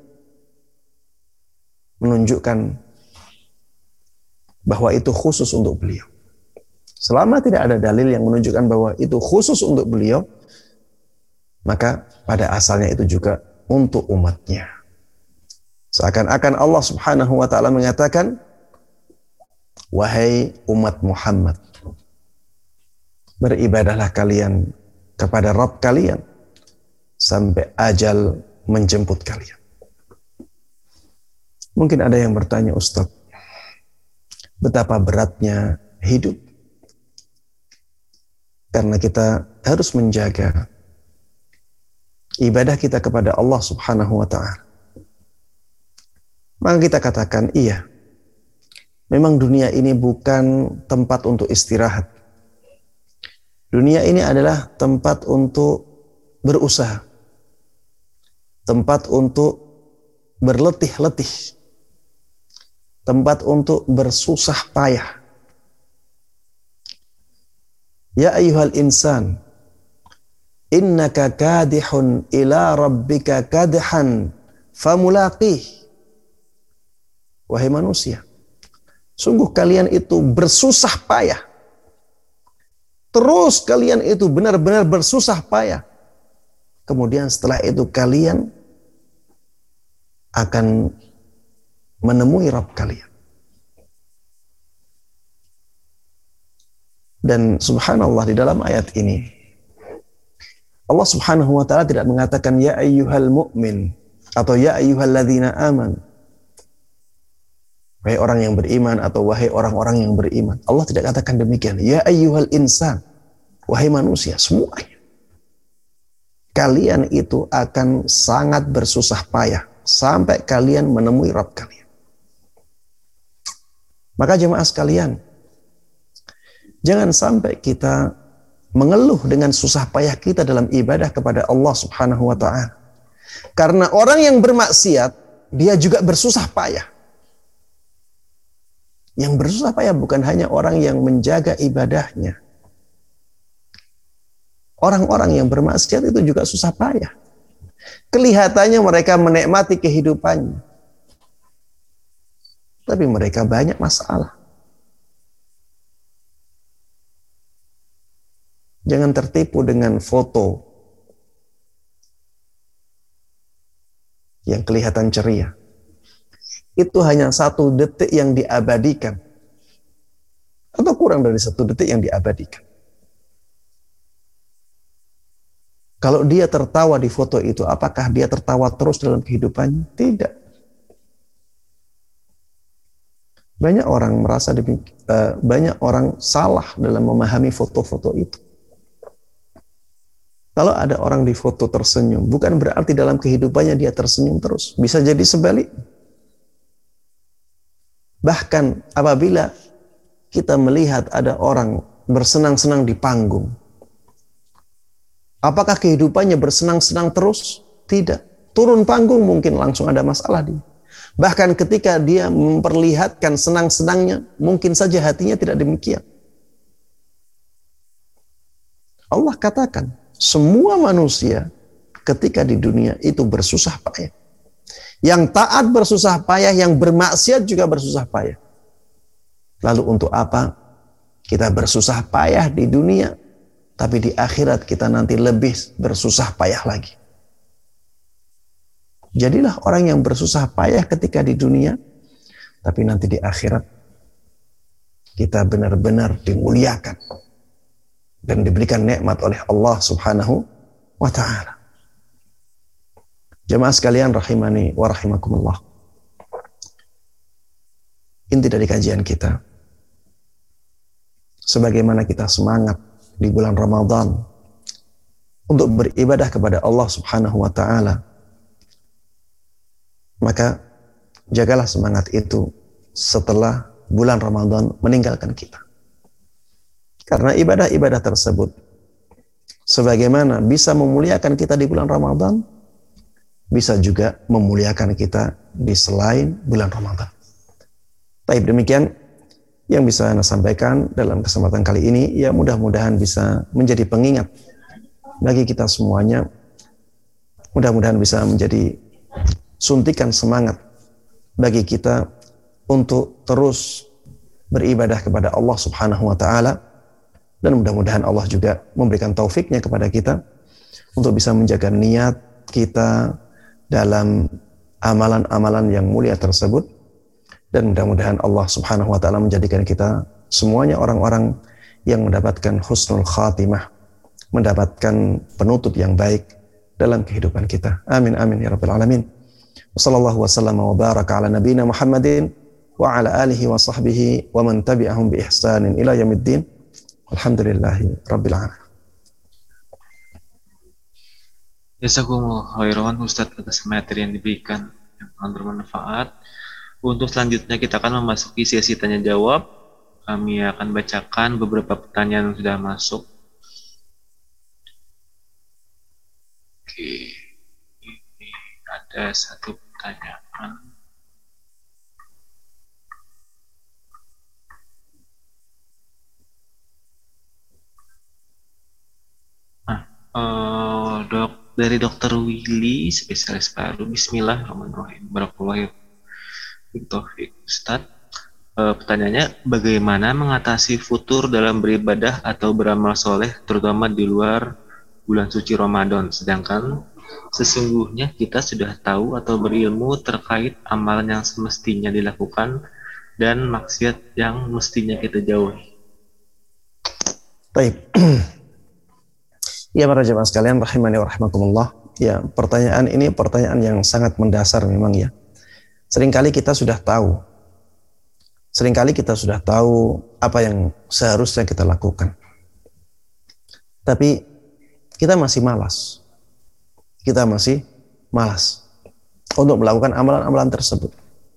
menunjukkan bahwa itu khusus untuk beliau. Selama tidak ada dalil yang menunjukkan bahwa itu khusus untuk beliau, maka pada asalnya itu juga untuk umatnya. Seakan-akan Allah Subhanahu wa taala mengatakan, "Wahai umat Muhammad, beribadahlah kalian kepada Rabb kalian sampai ajal menjemput kalian." Mungkin ada yang bertanya, "Ustaz, betapa beratnya hidup karena kita harus menjaga ibadah kita kepada Allah Subhanahu wa taala." Maka kita katakan, iya, memang dunia ini bukan tempat untuk istirahat. Dunia ini adalah tempat untuk berusaha, tempat untuk berletih-letih, tempat untuk bersusah payah. Ya ayyuhal insan, innaka kadihun ila rabbika kadhan famulaqih. Wahai manusia, sungguh kalian itu bersusah payah. Terus kalian itu benar-benar bersusah payah. Kemudian setelah itu kalian akan menemui Rabb kalian. Dan subhanallah, di dalam ayat ini Allah subhanahu wa ta'ala tidak mengatakan ya ayyuhal mu'min atau ya ayyuhalladzina aman, wahai orang yang beriman atau wahai orang-orang yang beriman. Allah tidak katakan demikian. Ya ayyuhal insan, wahai manusia semuanya. Kalian itu akan sangat bersusah payah sampai kalian menemui Rabb kalian. Maka jemaah sekalian, jangan sampai kita mengeluh dengan susah payah kita dalam ibadah kepada Allah subhanahu wa ta'ala. Karena orang yang bermaksiat, dia juga bersusah payah. Yang bersusah payah bukan hanya orang yang menjaga ibadahnya. Orang-orang yang bermaksiat itu juga susah payah. Kelihatannya mereka menikmati kehidupannya, tapi mereka banyak masalah. Jangan tertipu dengan foto yang kelihatan ceria. Itu hanya 1 detik yang diabadikan. Atau kurang dari 1 detik yang diabadikan. Kalau dia tertawa di foto itu, apakah dia tertawa terus dalam kehidupannya? Tidak. Banyak orang merasa banyak orang salah dalam memahami foto-foto itu. Kalau ada orang di foto tersenyum, bukan berarti dalam kehidupannya dia tersenyum terus. Bisa jadi sebalik. Bahkan apabila kita melihat ada orang bersenang-senang di panggung, apakah kehidupannya bersenang-senang terus? Tidak. Turun panggung mungkin langsung ada masalah dia. Bahkan ketika dia memperlihatkan senang-senangnya, mungkin saja hatinya tidak demikian. Allah katakan, semua manusia ketika di dunia itu bersusah payah. Yang taat bersusah payah, yang bermaksiat juga bersusah payah. Lalu untuk apa kita bersusah payah di dunia, tapi di akhirat kita nanti lebih bersusah payah lagi? Jadilah orang yang bersusah payah ketika di dunia, tapi nanti di akhirat kita benar-benar dimuliakan dan diberikan nikmat oleh Allah subhanahu wa ta'ala. Jemaah sekalian rahimani wa rahimakumullah. Inti dari kajian kita, sebagaimana kita semangat di bulan Ramadan untuk beribadah kepada Allah subhanahu wa ta'ala, maka jagalah semangat itu setelah bulan Ramadan meninggalkan kita. Karena ibadah-ibadah tersebut, sebagaimana bisa memuliakan kita di bulan Ramadan, bisa juga memuliakan kita di selain bulan Ramadan. Baik, demikian yang bisa saya sampaikan dalam kesempatan kali ini. Ya, mudah-mudahan bisa menjadi pengingat bagi kita semuanya. Mudah-mudahan bisa menjadi suntikan semangat bagi kita untuk terus beribadah kepada Allah subhanahu wa ta'ala. Dan mudah-mudahan Allah juga memberikan taufiknya kepada kita untuk bisa menjaga niat kita dalam amalan-amalan yang mulia tersebut. Dan mudah-mudahan Allah subhanahu wa ta'ala menjadikan kita semuanya orang-orang yang mendapatkan husnul khatimah, mendapatkan penutup yang baik dalam kehidupan kita. Amin amin ya rabbal alamin. Wassallallahu wasallam wa baraka ala nabiyina Muhammadin wa ala alihi wa sahbihi wa man tabi'ahum bi ihsanin ila yaumiddin. Alhamdulillahi rabbil alamin. Jazakumullah khairan Ustadz atas materi yang diberikan yang sangat bermanfaat. Untuk selanjutnya kita akan memasuki sesi tanya jawab. Kami akan bacakan beberapa pertanyaan yang sudah masuk. Oke, ini ada satu tanyakan. Dari Dokter Willy, spesialis paru. Bismillahirrahmanirrahim. Barakallahu fiik, Ustadz. Pertanyaannya, bagaimana mengatasi futur dalam beribadah atau beramal soleh, terutama di luar bulan suci Ramadan, sedangkan sesungguhnya kita sudah tahu atau berilmu terkait amalan yang semestinya dilakukan dan maksiat yang mestinya kita jauhi. Baik. Ya para jemaah sekalian rahimani wa rahmakumullah. Ya, pertanyaan ini pertanyaan yang sangat mendasar memang ya. Seringkali kita sudah tahu apa yang seharusnya kita lakukan. Tapi kita masih malas. Untuk melakukan amalan-amalan tersebut.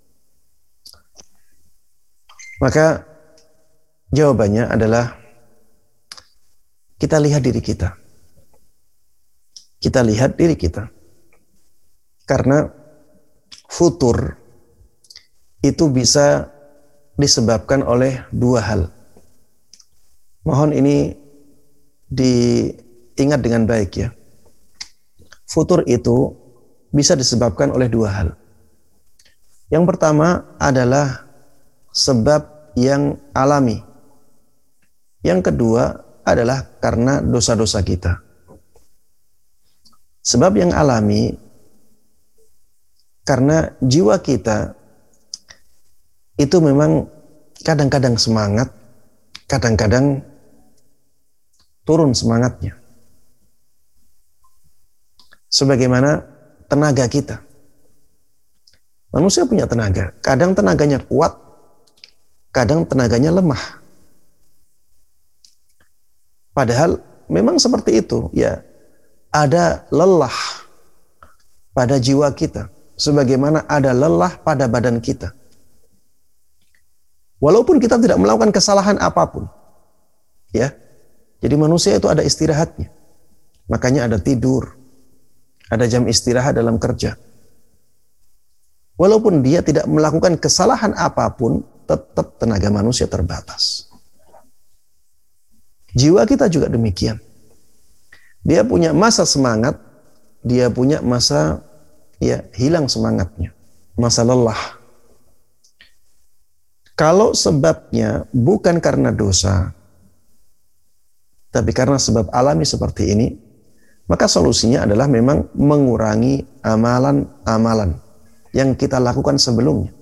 Maka jawabannya adalah kita lihat diri kita. Karena futur itu bisa disebabkan oleh dua hal. Mohon ini diingat dengan baik ya. Futur itu bisa disebabkan oleh dua hal. Yang pertama adalah sebab yang alami. Yang kedua adalah karena dosa-dosa kita. Sebab yang alami karena jiwa kita itu memang kadang-kadang semangat, kadang-kadang turun semangatnya. Sebagaimana tenaga kita. Manusia punya tenaga, kadang tenaganya kuat, kadang tenaganya lemah. Padahal memang seperti itu, ya. Ada lelah pada jiwa kita, sebagaimana ada lelah pada badan kita. Walaupun kita tidak melakukan kesalahan apapun, ya. Jadi manusia itu ada istirahatnya. Makanya ada tidur, ada jam istirahat dalam kerja. Walaupun dia tidak melakukan kesalahan apapun, tetap tenaga manusia terbatas. Jiwa kita juga demikian. Dia punya masa semangat, dia punya masa ya hilang semangatnya, masa lelah. Kalau sebabnya bukan karena dosa, tapi karena sebab alami seperti ini, maka solusinya adalah memang mengurangi amalan-amalan yang kita lakukan sebelumnya.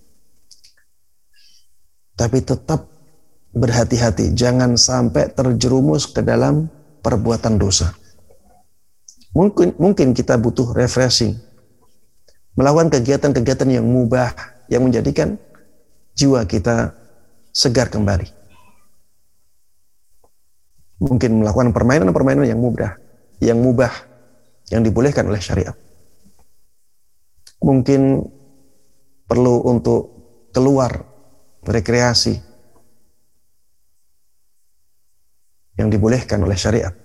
Tapi tetap berhati-hati, jangan sampai terjerumus ke dalam perbuatan dosa. Mungkin kita butuh refreshing, melakukan kegiatan-kegiatan yang mubah, yang menjadikan jiwa kita segar kembali. Mungkin melakukan permainan-permainan yang mubah, yang dibolehkan oleh syariat. Mungkin perlu untuk keluar rekreasi yang dibolehkan oleh syariat.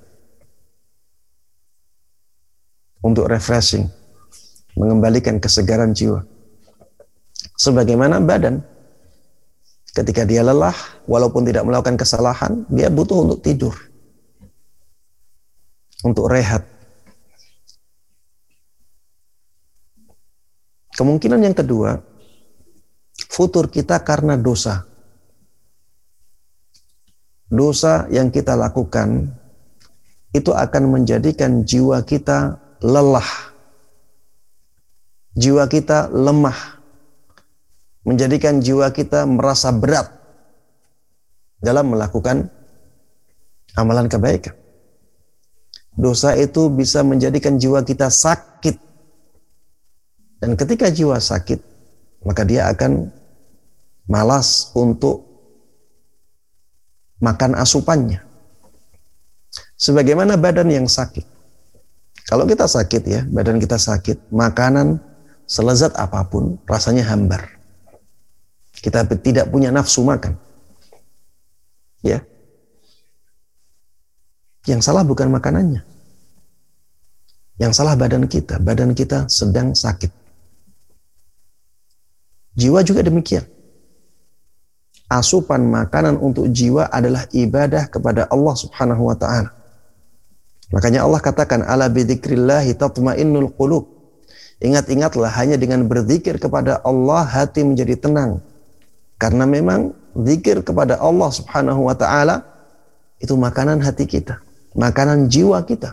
Untuk refreshing, mengembalikan kesegaran jiwa. Sebagaimana badan, ketika dia lelah, walaupun tidak melakukan kesalahan, dia butuh untuk tidur, untuk rehat. Kemungkinan yang kedua, futur kita karena dosa. Dosa yang kita lakukan itu akan menjadikan jiwa kita lelah, jiwa kita lemah, menjadikan jiwa kita merasa berat dalam melakukan amalan kebaikan. Dosa itu bisa menjadikan jiwa kita sakit, dan ketika jiwa sakit, maka dia akan malas untuk makan asupannya. Sebagaimana badan yang sakit. Kalau kita sakit ya, badan kita sakit, makanan selezat apapun rasanya hambar. Kita tidak punya nafsu makan. Ya. Yang salah bukan makanannya. Yang salah badan kita sedang sakit. Jiwa juga demikian. Asupan makanan untuk jiwa adalah ibadah kepada Allah Subhanahu wa ta'ala. Makanya Allah katakan, ala bidzikrillahi tatmainnul qulub. Ingat-ingatlah, hanya dengan berzikir kepada Allah hati menjadi tenang. Karena memang zikir kepada Allah Subhanahu wa ta'ala itu makanan hati kita, makanan jiwa kita.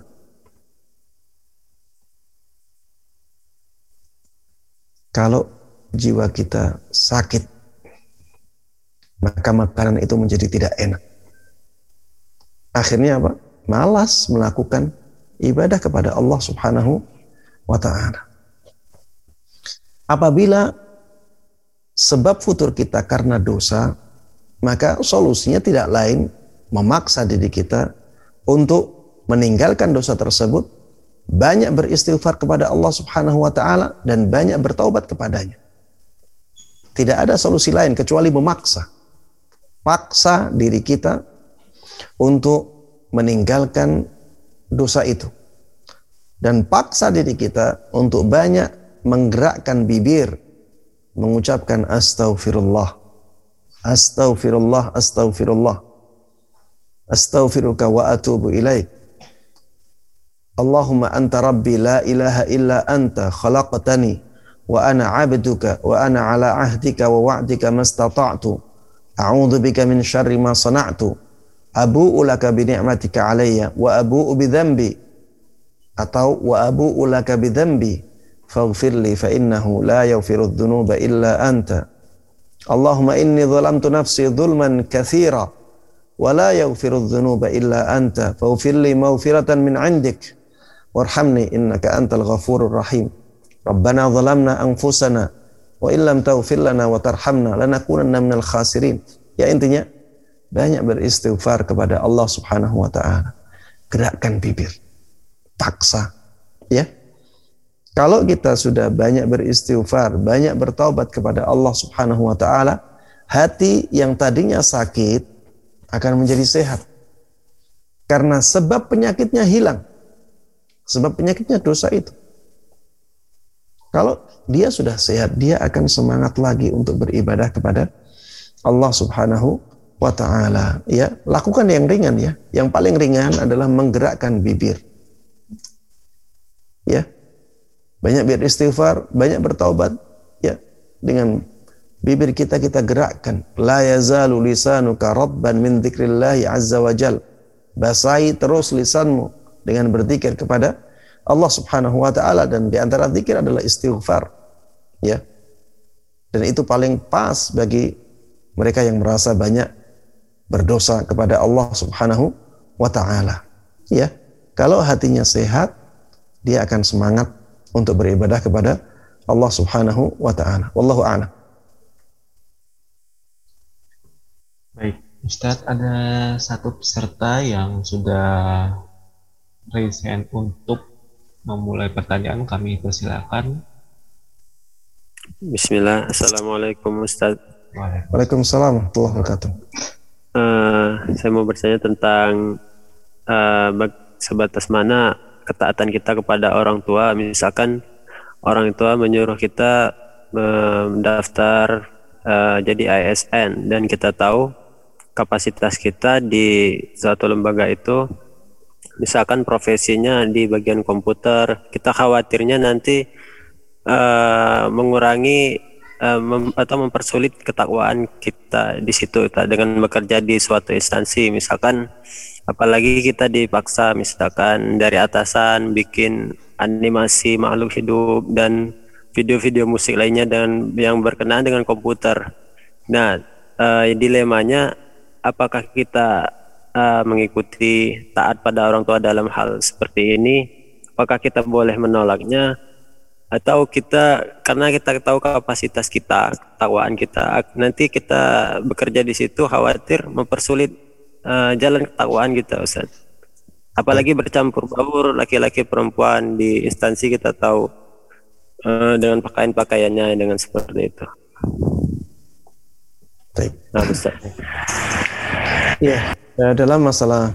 Kalau jiwa kita sakit, maka makanan itu menjadi tidak enak. Akhirnya apa? Malas melakukan ibadah kepada Allah Subhanahu wa ta'ala. Apabila sebab futur kita karena dosa, maka solusinya tidak lain memaksa diri kita untuk meninggalkan dosa tersebut, banyak beristighfar kepada Allah Subhanahu wa ta'ala, dan banyak bertaubat kepadanya. Tidak ada solusi lain kecuali memaksa. Paksa diri kita untuk meninggalkan dosa itu. Dan paksa diri kita untuk banyak menggerakkan bibir, mengucapkan astaghfirullah, astaghfirullah, astaghfirullah, astaghfiruka wa atubu ilaik. Allahumma anta rabbi la ilaha illa anta khalaqtani wa ana abduka wa ana ala ahdika wa wa'dika mastata'tu. A'udzu bika min syarri ma sana'tu. Abu'u laka bi ni'matika 'alayya wa abu'u bi dzambi. Atau wa abu'u laka bi dzambi faghfirli fa innahu la yaghfiru dzunuba illa anta. Allahumma inni dhalamtu nafsi dhulman katsira wa la yaghfiru dzunuba illa anta faghfirli maghfiratan min 'indik warhamni innaka antal ghafurur rahim. Rabbana dhalamna anfusana wa illam taghfir lana wa tarhamna lanakunanna minal khasirin. Ya, intinya banyak beristighfar kepada Allah Subhanahu wa ta'ala. Gerakkan bibir, paksa, ya. Kalau kita sudah banyak beristighfar, banyak bertaubat kepada Allah Subhanahu wa ta'ala, hati yang tadinya sakit akan menjadi sehat. Karena sebab penyakitnya hilang. Sebab penyakitnya dosa itu. Kalau dia sudah sehat, dia akan semangat lagi untuk beribadah kepada Allah Subhanahu wa ta'ala. Ya, lakukan yang ringan ya. Yang paling ringan adalah menggerakkan bibir. Ya. Banyak beristighfar, banyak bertaubat. Ya, dengan bibir kita gerakkan. La yazalu lisanuka rabban min dzikrillahi azza wa jal. Basahi terus lisanmu dengan berzikir kepada Allah Subhanahu wa ta'ala, dan di antara zikir adalah istighfar. Ya. Dan itu paling pas bagi mereka yang merasa banyak berdosa kepada Allah Subhanahu wa ta'ala. Ya. Kalau hatinya sehat, dia akan semangat untuk beribadah kepada Allah Subhanahu wa ta'ala. Wallahu a'lam. Baik, Ustadz, ada satu peserta yang sudah raise hand untuk memulai pertanyaan. Kami persilakan. Bismillah. Assalamualaikum Ustaz. Waalaikumsalam warahmatullahi wabarakatuh. Saya mau bertanya tentang sebatas mana ketaatan kita kepada orang tua. Misalkan orang tua menyuruh kita mendaftar jadi ASN, dan kita tahu kapasitas kita di suatu lembaga itu, misalkan profesinya di bagian komputer, kita khawatirnya nanti mengurangi atau mempersulit ketakwaan kita di situ dengan bekerja di suatu instansi. Misalkan apalagi kita dipaksa misalkan dari atasan bikin animasi makhluk hidup dan video-video musik lainnya dan yang berkenaan dengan komputer. Nah, dilemanya apakah kita mengikuti taat pada orang tua dalam hal seperti ini, apakah kita boleh menolaknya, atau kita karena kita tahu kapasitas kita, ketakwaan kita, nanti kita bekerja di situ khawatir mempersulit jalan ketakwaan kita, Ustaz. Apalagi bercampur baur laki-laki perempuan di instansi, kita tahu dengan pakaiannya dengan seperti itu. Baik. Nah, Ustaz. Ya. Dalam masalah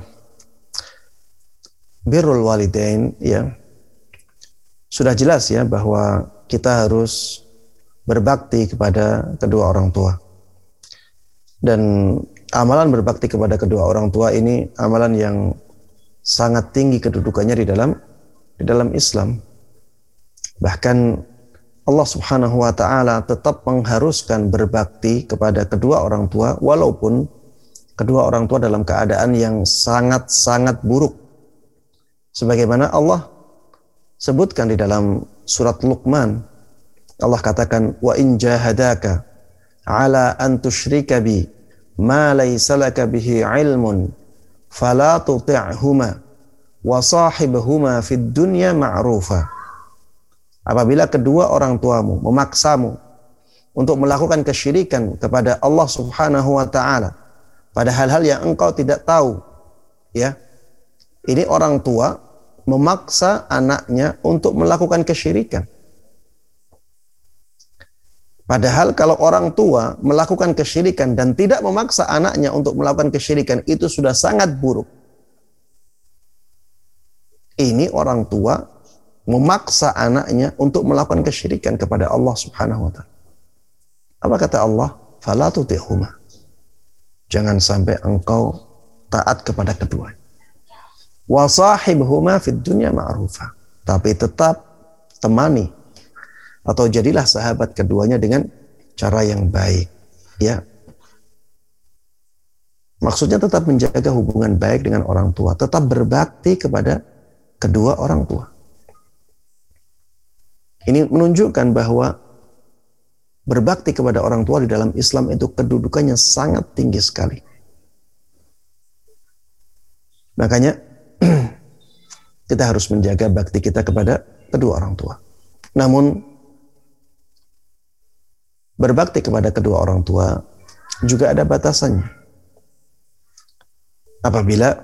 birrul walidain, ya, sudah jelas ya bahwa kita harus berbakti kepada kedua orang tua. Dan amalan berbakti kepada kedua orang tua ini amalan yang sangat tinggi kedudukannya di dalam Islam. Bahkan Allah Subhanahu wa taala tetap mengharuskan berbakti kepada kedua orang tua walaupun kedua orang tua dalam keadaan yang sangat-sangat buruk. Sebagaimana Allah sebutkan di dalam surat Luqman, Allah katakan, wa in jahadaka ala an tusyrika bi ma laysa laka bihi ilmun fala tuti'huma wa sahibhuma fid dunya ma'rufa. Apabila kedua orang tuamu memaksamu untuk melakukan kesyirikan kepada Allah Subhanahu wa taala pada hal-hal yang engkau tidak tahu, ya. Ini orang tua memaksa anaknya untuk melakukan kesyirikan. Padahal kalau orang tua melakukan kesyirikan dan tidak memaksa anaknya untuk melakukan kesyirikan, itu sudah sangat buruk. Ini orang tua memaksa anaknya untuk melakukan kesyirikan kepada Allah Subhanahu wa taala. Apa kata Allah? Fala tuti'huma. Jangan sampai engkau taat kepada keduanya. Wa sahibhuma fid dunya ma'rufa. Tapi tetap temani atau jadilah sahabat keduanya dengan cara yang baik, ya. Maksudnya tetap menjaga hubungan baik dengan orang tua, tetap berbakti kepada kedua orang tua. Ini menunjukkan bahwa berbakti kepada orang tua di dalam Islam itu kedudukannya sangat tinggi sekali. Makanya kita harus menjaga bakti kita kepada kedua orang tua. Namun berbakti kepada kedua orang tua juga ada batasannya. Apabila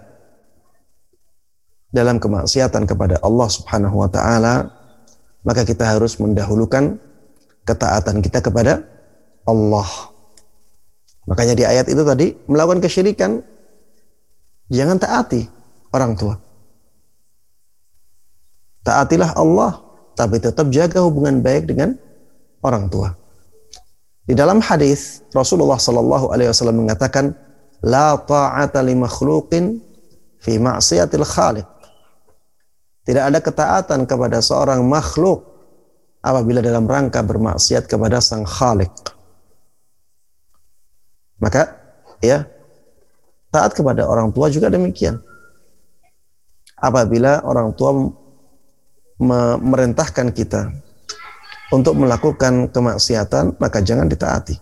dalam kemaksiatan kepada Allah Subhanahu wa taala, maka kita harus mendahulukan ketaatan kita kepada Allah. Makanya di ayat itu tadi, melakukan kesyirikan, jangan taati orang tua. Taatilah Allah, tapi tetap jaga hubungan baik dengan orang tua. Di dalam hadis Rasulullah sallallahu alaihi wasallam mengatakan, la ta'ata li makhluqin fi ma'siyatil khaliq. Tidak ada ketaatan kepada seorang makhluk apabila dalam rangka bermaksiat kepada sang Khaliq. Maka ya, taat kepada orang tua juga demikian. Apabila orang tua memerintahkan kita untuk melakukan kemaksiatan, maka jangan ditaati.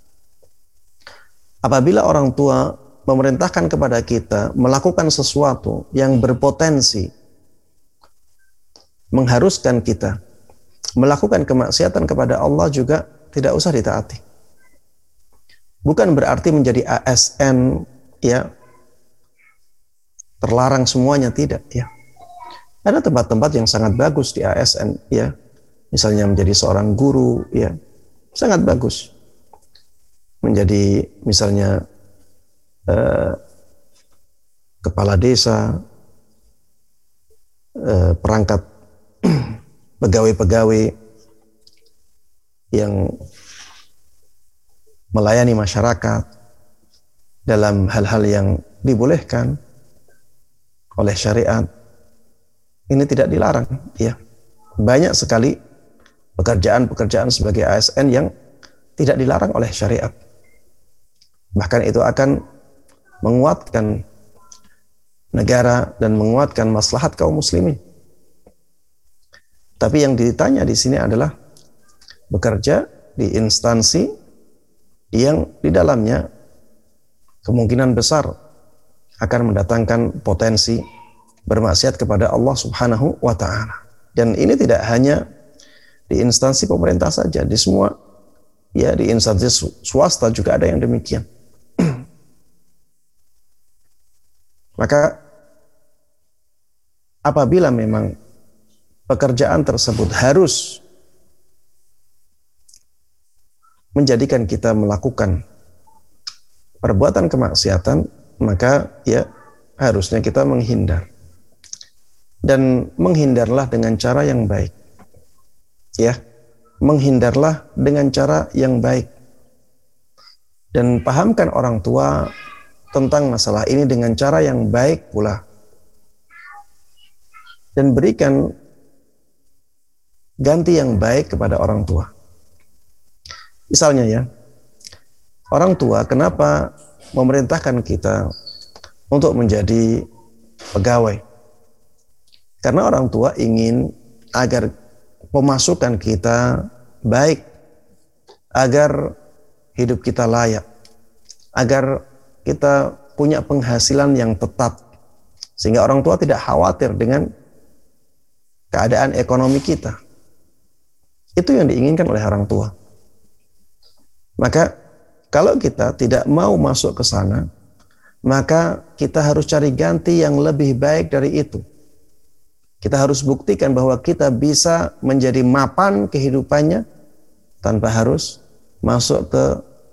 Apabila orang tua memerintahkan kepada kita melakukan sesuatu yang berpotensi mengharuskan kita melakukan kemaksiatan kepada Allah, juga tidak usah ditaati. Bukan berarti menjadi ASN, ya, terlarang semuanya, tidak, ya. Ada tempat-tempat yang sangat bagus di ASN, ya. Misalnya menjadi seorang guru, ya, sangat bagus. Menjadi misalnya kepala desa, perangkat pegawai-pegawai yang melayani masyarakat dalam hal-hal yang dibolehkan oleh syariat, ini tidak dilarang, ya. Banyak sekali pekerjaan-pekerjaan sebagai ASN yang tidak dilarang oleh syariat. Bahkan itu akan menguatkan negara dan menguatkan maslahat kaum muslimin. Tapi yang ditanya di sini adalah bekerja di instansi yang di dalamnya kemungkinan besar akan mendatangkan potensi bermaksiat kepada Allah Subhanahu wa taala. Dan ini tidak hanya di instansi pemerintah saja, di semua, ya, di instansi swasta juga ada yang demikian. Maka apabila memang pekerjaan tersebut harus menjadikan kita melakukan perbuatan kemaksiatan, maka ya harusnya kita menghindar. Dan menghindarlah dengan cara yang baik. Ya. menghindarlah dengan cara yang baik. Dan pahamkan orang tua tentang masalah ini dengan cara yang baik pula. Dan berikan ganti yang baik kepada orang tua. Misalnya ya, orang tua kenapa memerintahkan kita untuk menjadi pegawai? Karena orang tua ingin agar pemasukan kita baik, agar hidup kita layak, agar kita punya penghasilan yang tetap, sehingga orang tua tidak khawatir dengan keadaan ekonomi kita. Itu yang diinginkan oleh orang tua. Maka kalau kita tidak mau masuk ke sana, maka kita harus cari ganti yang lebih baik dari itu. Kita harus buktikan bahwa kita bisa menjadi mapan kehidupannya tanpa harus masuk ke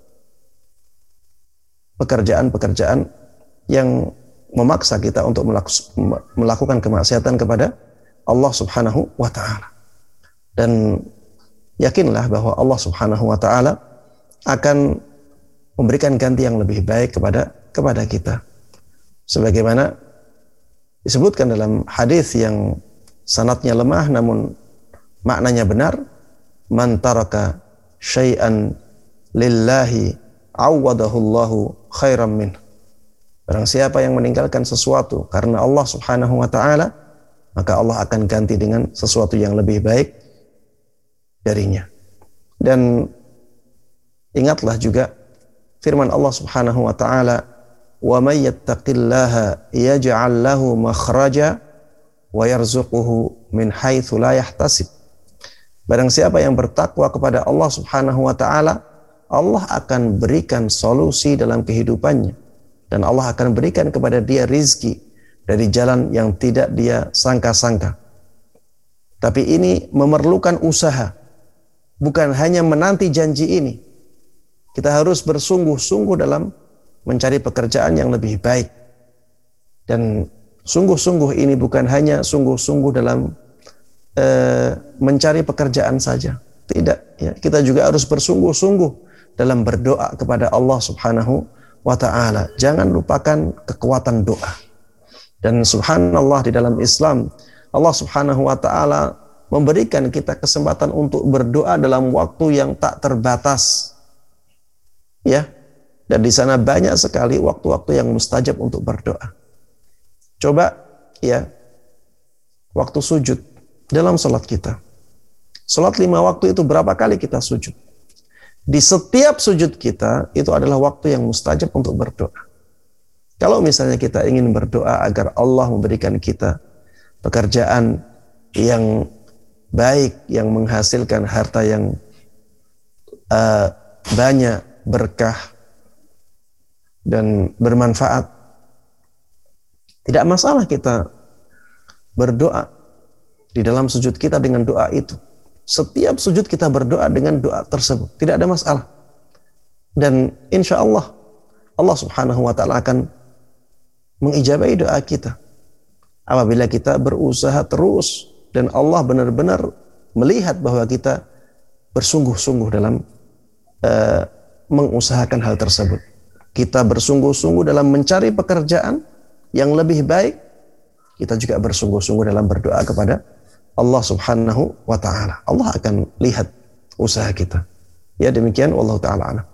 pekerjaan-pekerjaan yang memaksa kita untuk melakukan kemaksiatan kepada Allah Subhanahu wa Ta'ala. Dan yakinlah bahwa Allah Subhanahu wa Ta'ala akan memberikan ganti yang lebih baik kepada kita. Sebagaimana disebutkan dalam hadis yang sanadnya lemah namun maknanya benar, man taraka syai'an lillahi awwadahullahu khairan min. Barang siapa yang meninggalkan sesuatu karena Allah Subhanahu wa Ta'ala, maka Allah akan ganti dengan sesuatu yang lebih baik darinya. Dan ingatlah juga firman Allah Subhanahu wa Ta'ala, wa may yattaqillaha yaj'al lahu makhraja wa yarzuquhu min haitsu la yahtasib. Barang siapa yang bertakwa kepada Allah Subhanahu wa Ta'ala, Allah akan berikan solusi dalam kehidupannya, dan Allah akan berikan kepada dia rizki dari jalan yang tidak dia sangka-sangka. Tapi ini memerlukan usaha, bukan hanya menanti janji ini. Kita harus bersungguh-sungguh dalam mencari pekerjaan yang lebih baik. Dan sungguh-sungguh ini bukan hanya sungguh-sungguh dalam mencari pekerjaan saja. Tidak, ya. Kita juga harus bersungguh-sungguh dalam berdoa kepada Allah Subhanahu wa Ta'ala. Jangan lupakan kekuatan doa. Dan subhanallah, di dalam Islam Allah Subhanahu wa Ta'ala memberikan kita kesempatan untuk berdoa dalam waktu yang tak terbatas. Ya. Dan di sana banyak sekali waktu-waktu yang mustajab untuk berdoa. Coba ya, waktu sujud dalam salat kita. Salat 5 waktu itu berapa kali kita sujud? Di setiap sujud kita itu adalah waktu yang mustajab untuk berdoa. Kalau misalnya kita ingin berdoa agar Allah memberikan kita pekerjaan yang baik, yang menghasilkan harta yang banyak, berkah dan bermanfaat, tidak masalah kita berdoa di dalam sujud kita dengan doa itu. Setiap sujud kita berdoa dengan doa tersebut, tidak ada masalah. Dan insya Allah, Allah Subhanahu wa Ta'ala akan mengijabahi doa kita apabila kita berusaha terus dan Allah benar-benar melihat bahwa kita bersungguh-sungguh dalam mengusahakan hal tersebut. Kita bersungguh-sungguh dalam mencari pekerjaan yang lebih baik. Kita juga bersungguh-sungguh dalam berdoa kepada Allah Subhanahu wa Ta'ala. Allah akan lihat usaha kita. Ya, demikian, wallahu ta'ala a'lam.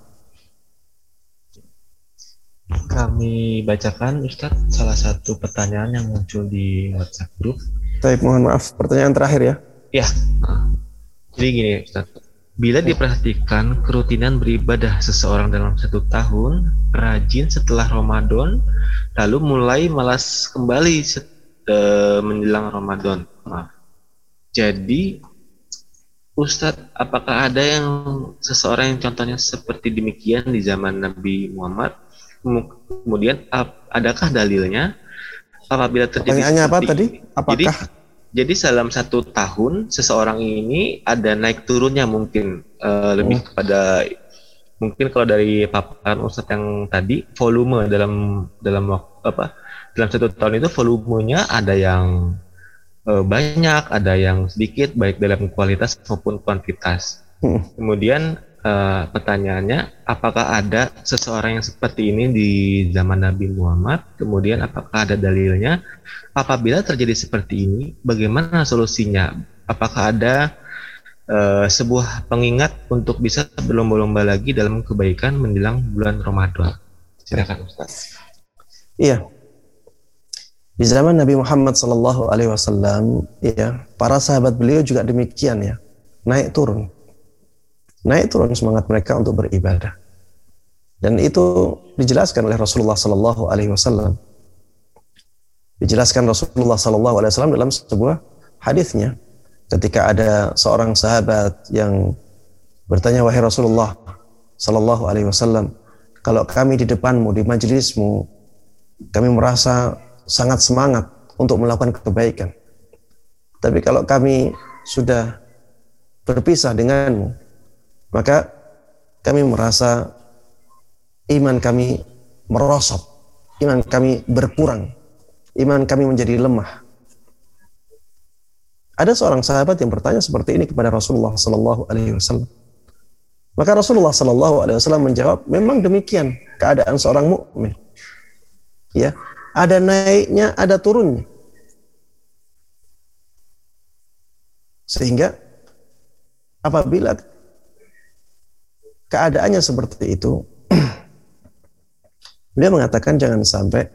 Kami bacakan Ustadz salah satu pertanyaan yang muncul di WhatsApp group. Baik, mohon maaf, pertanyaan terakhir ya. Ya. Jadi gini Ustadz, bila diperhatikan kerutinan beribadah seseorang dalam 1 tahun, rajin setelah Ramadan, lalu mulai malas kembali menjelang Ramadan. Maaf. Jadi, Ustadz, apakah ada yang seseorang yang contohnya seperti demikian di zaman Nabi Muhammad? Kemudian, adakah dalilnya apabila terjadi pertanyaannya apa tadi? Apakah? Jadi dalam 1 tahun seseorang ini ada naik turunnya mungkin lebih kepada mungkin kalau dari paparan Ustadz yang tadi volume dalam 1 tahun itu volumenya ada yang banyak, ada yang sedikit, baik dalam kualitas maupun kuantitas. Kemudian pertanyaannya, apakah ada seseorang yang seperti ini di zaman Nabi Muhammad? Kemudian apakah ada dalilnya? Apabila terjadi seperti ini, bagaimana solusinya? Apakah ada sebuah pengingat untuk bisa berlomba-lomba lagi dalam kebaikan menjelang bulan Ramadan? Silakan Ustaz. Iya. Di zaman Nabi Muhammad SAW, ya, para sahabat beliau juga demikian ya, naik turun semangat mereka untuk beribadah. Dan itu dijelaskan oleh Rasulullah SAW. Dijelaskan Rasulullah SAW dalam sebuah hadisnya, ketika ada seorang sahabat yang bertanya, wahai Rasulullah SAW, kalau kami di depanmu, di majelismu, kami merasa sangat semangat untuk melakukan kebaikan. Tapi kalau kami sudah berpisah denganmu, maka kami merasa iman kami merosot, iman kami berkurang, iman kami menjadi lemah. Ada seorang sahabat yang bertanya seperti ini kepada Rasulullah SAW. Maka Rasulullah SAW menjawab, memang demikian keadaan seorang mukmin. Ya, ada naiknya, ada turunnya. Sehingga apabila keadaannya seperti itu, beliau mengatakan jangan sampai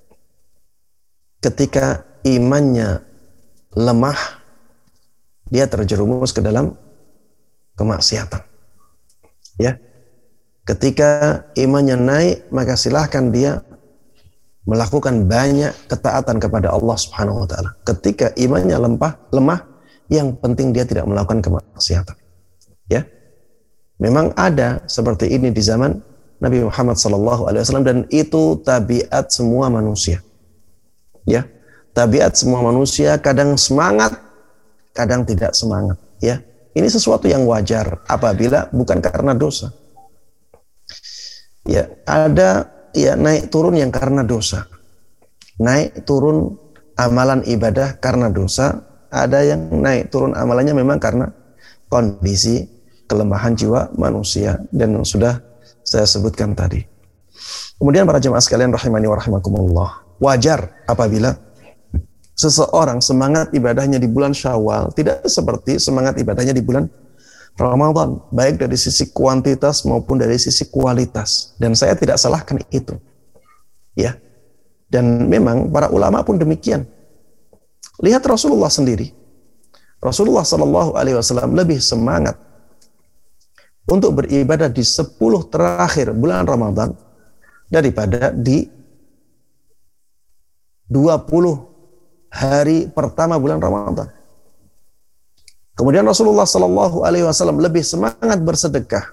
ketika imannya lemah, dia terjerumus ke dalam kemaksiatan. Ya, ketika imannya naik, maka silahkan dia melakukan banyak ketaatan kepada Allah Subhanahu wa taala. Ketika imannya lemah, yang penting dia tidak melakukan kemaksiatan. Ya. Memang ada seperti ini di zaman Nabi Muhammad SAW, dan itu tabiat semua manusia. Ya. Tabiat semua manusia, kadang semangat, kadang tidak semangat, ya. Ini sesuatu yang wajar apabila bukan karena dosa. Ya, ada ya naik turun yang karena dosa. Naik turun amalan ibadah karena dosa, ada yang naik turun amalannya memang karena kondisi kelemahan jiwa manusia, dan sudah saya sebutkan tadi. Kemudian para jemaah sekalian rahimani wa rahimakumullah, wajar apabila seseorang semangat ibadahnya di bulan Syawal tidak seperti semangat ibadahnya di bulan Ramadan, baik dari sisi kuantitas maupun dari sisi kualitas, dan saya tidak salahkan itu, ya. Dan memang para ulama pun demikian. Lihat Rasulullah sendiri, Rasulullah SAW lebih semangat untuk beribadah di 10 terakhir bulan Ramadan daripada di 20 hari pertama bulan Ramadan. Kemudian Rasulullah SAW lebih semangat bersedekah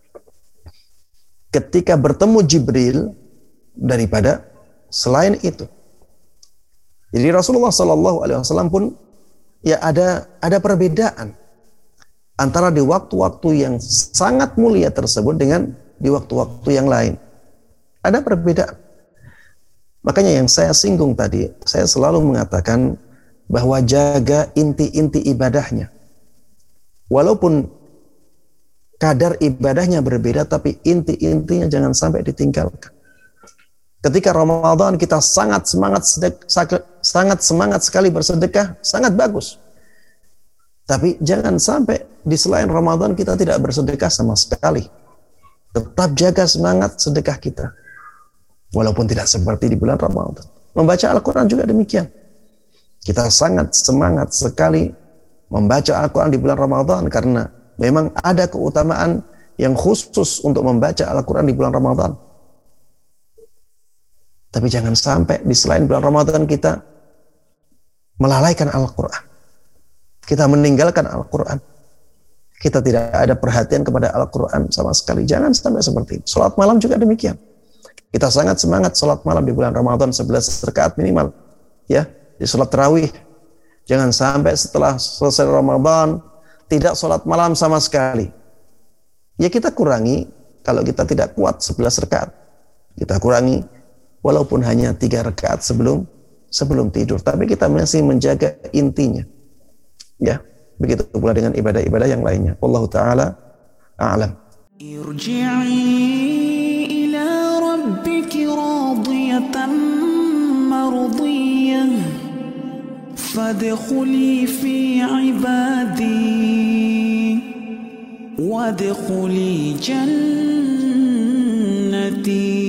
ketika bertemu Jibril daripada selain itu. Jadi Rasulullah SAW pun ya ada perbedaan antara di waktu-waktu yang sangat mulia tersebut dengan di waktu-waktu yang lain. Ada perbedaan. Makanya yang saya singgung tadi, saya selalu mengatakan bahwa jaga inti-inti ibadahnya. Walaupun kadar ibadahnya berbeda, tapi inti-intinya jangan sampai ditinggalkan. Ketika Ramadan kita sangat semangat sekali bersedekah, sangat bagus. Tapi jangan sampai di selain Ramadan kita tidak bersedekah sama sekali. Tetap jaga semangat sedekah kita, walaupun tidak seperti di bulan Ramadan. Membaca Al-Quran juga demikian. Kita sangat semangat sekali membaca Al-Quran di bulan Ramadan, karena memang ada keutamaan yang khusus untuk membaca Al-Quran di bulan Ramadan. Tapi jangan sampai di selain bulan Ramadan kita melalaikan Al-Quran. Kita meninggalkan Al-Quran. Kita tidak ada perhatian kepada Al-Quran sama sekali. Jangan sampai seperti itu. Salat malam juga demikian. Kita sangat semangat salat malam di bulan Ramadan 11 rakaat minimal. Ya, di salat tarawih. Jangan sampai setelah selesai Ramadan tidak salat malam sama sekali. Ya kita kurangi, kalau kita tidak kuat 11 rakaat. Kita kurangi walaupun hanya 3 rakaat sebelum sebelum tidur, tapi kita masih menjaga intinya. Ya, begitu pula dengan ibadah-ibadah yang lainnya. Wallahu taala a'lam. Irji'i ila rabbiki radiyatan mardiyah fadkhuli fi ibadi wadkhuli jannati.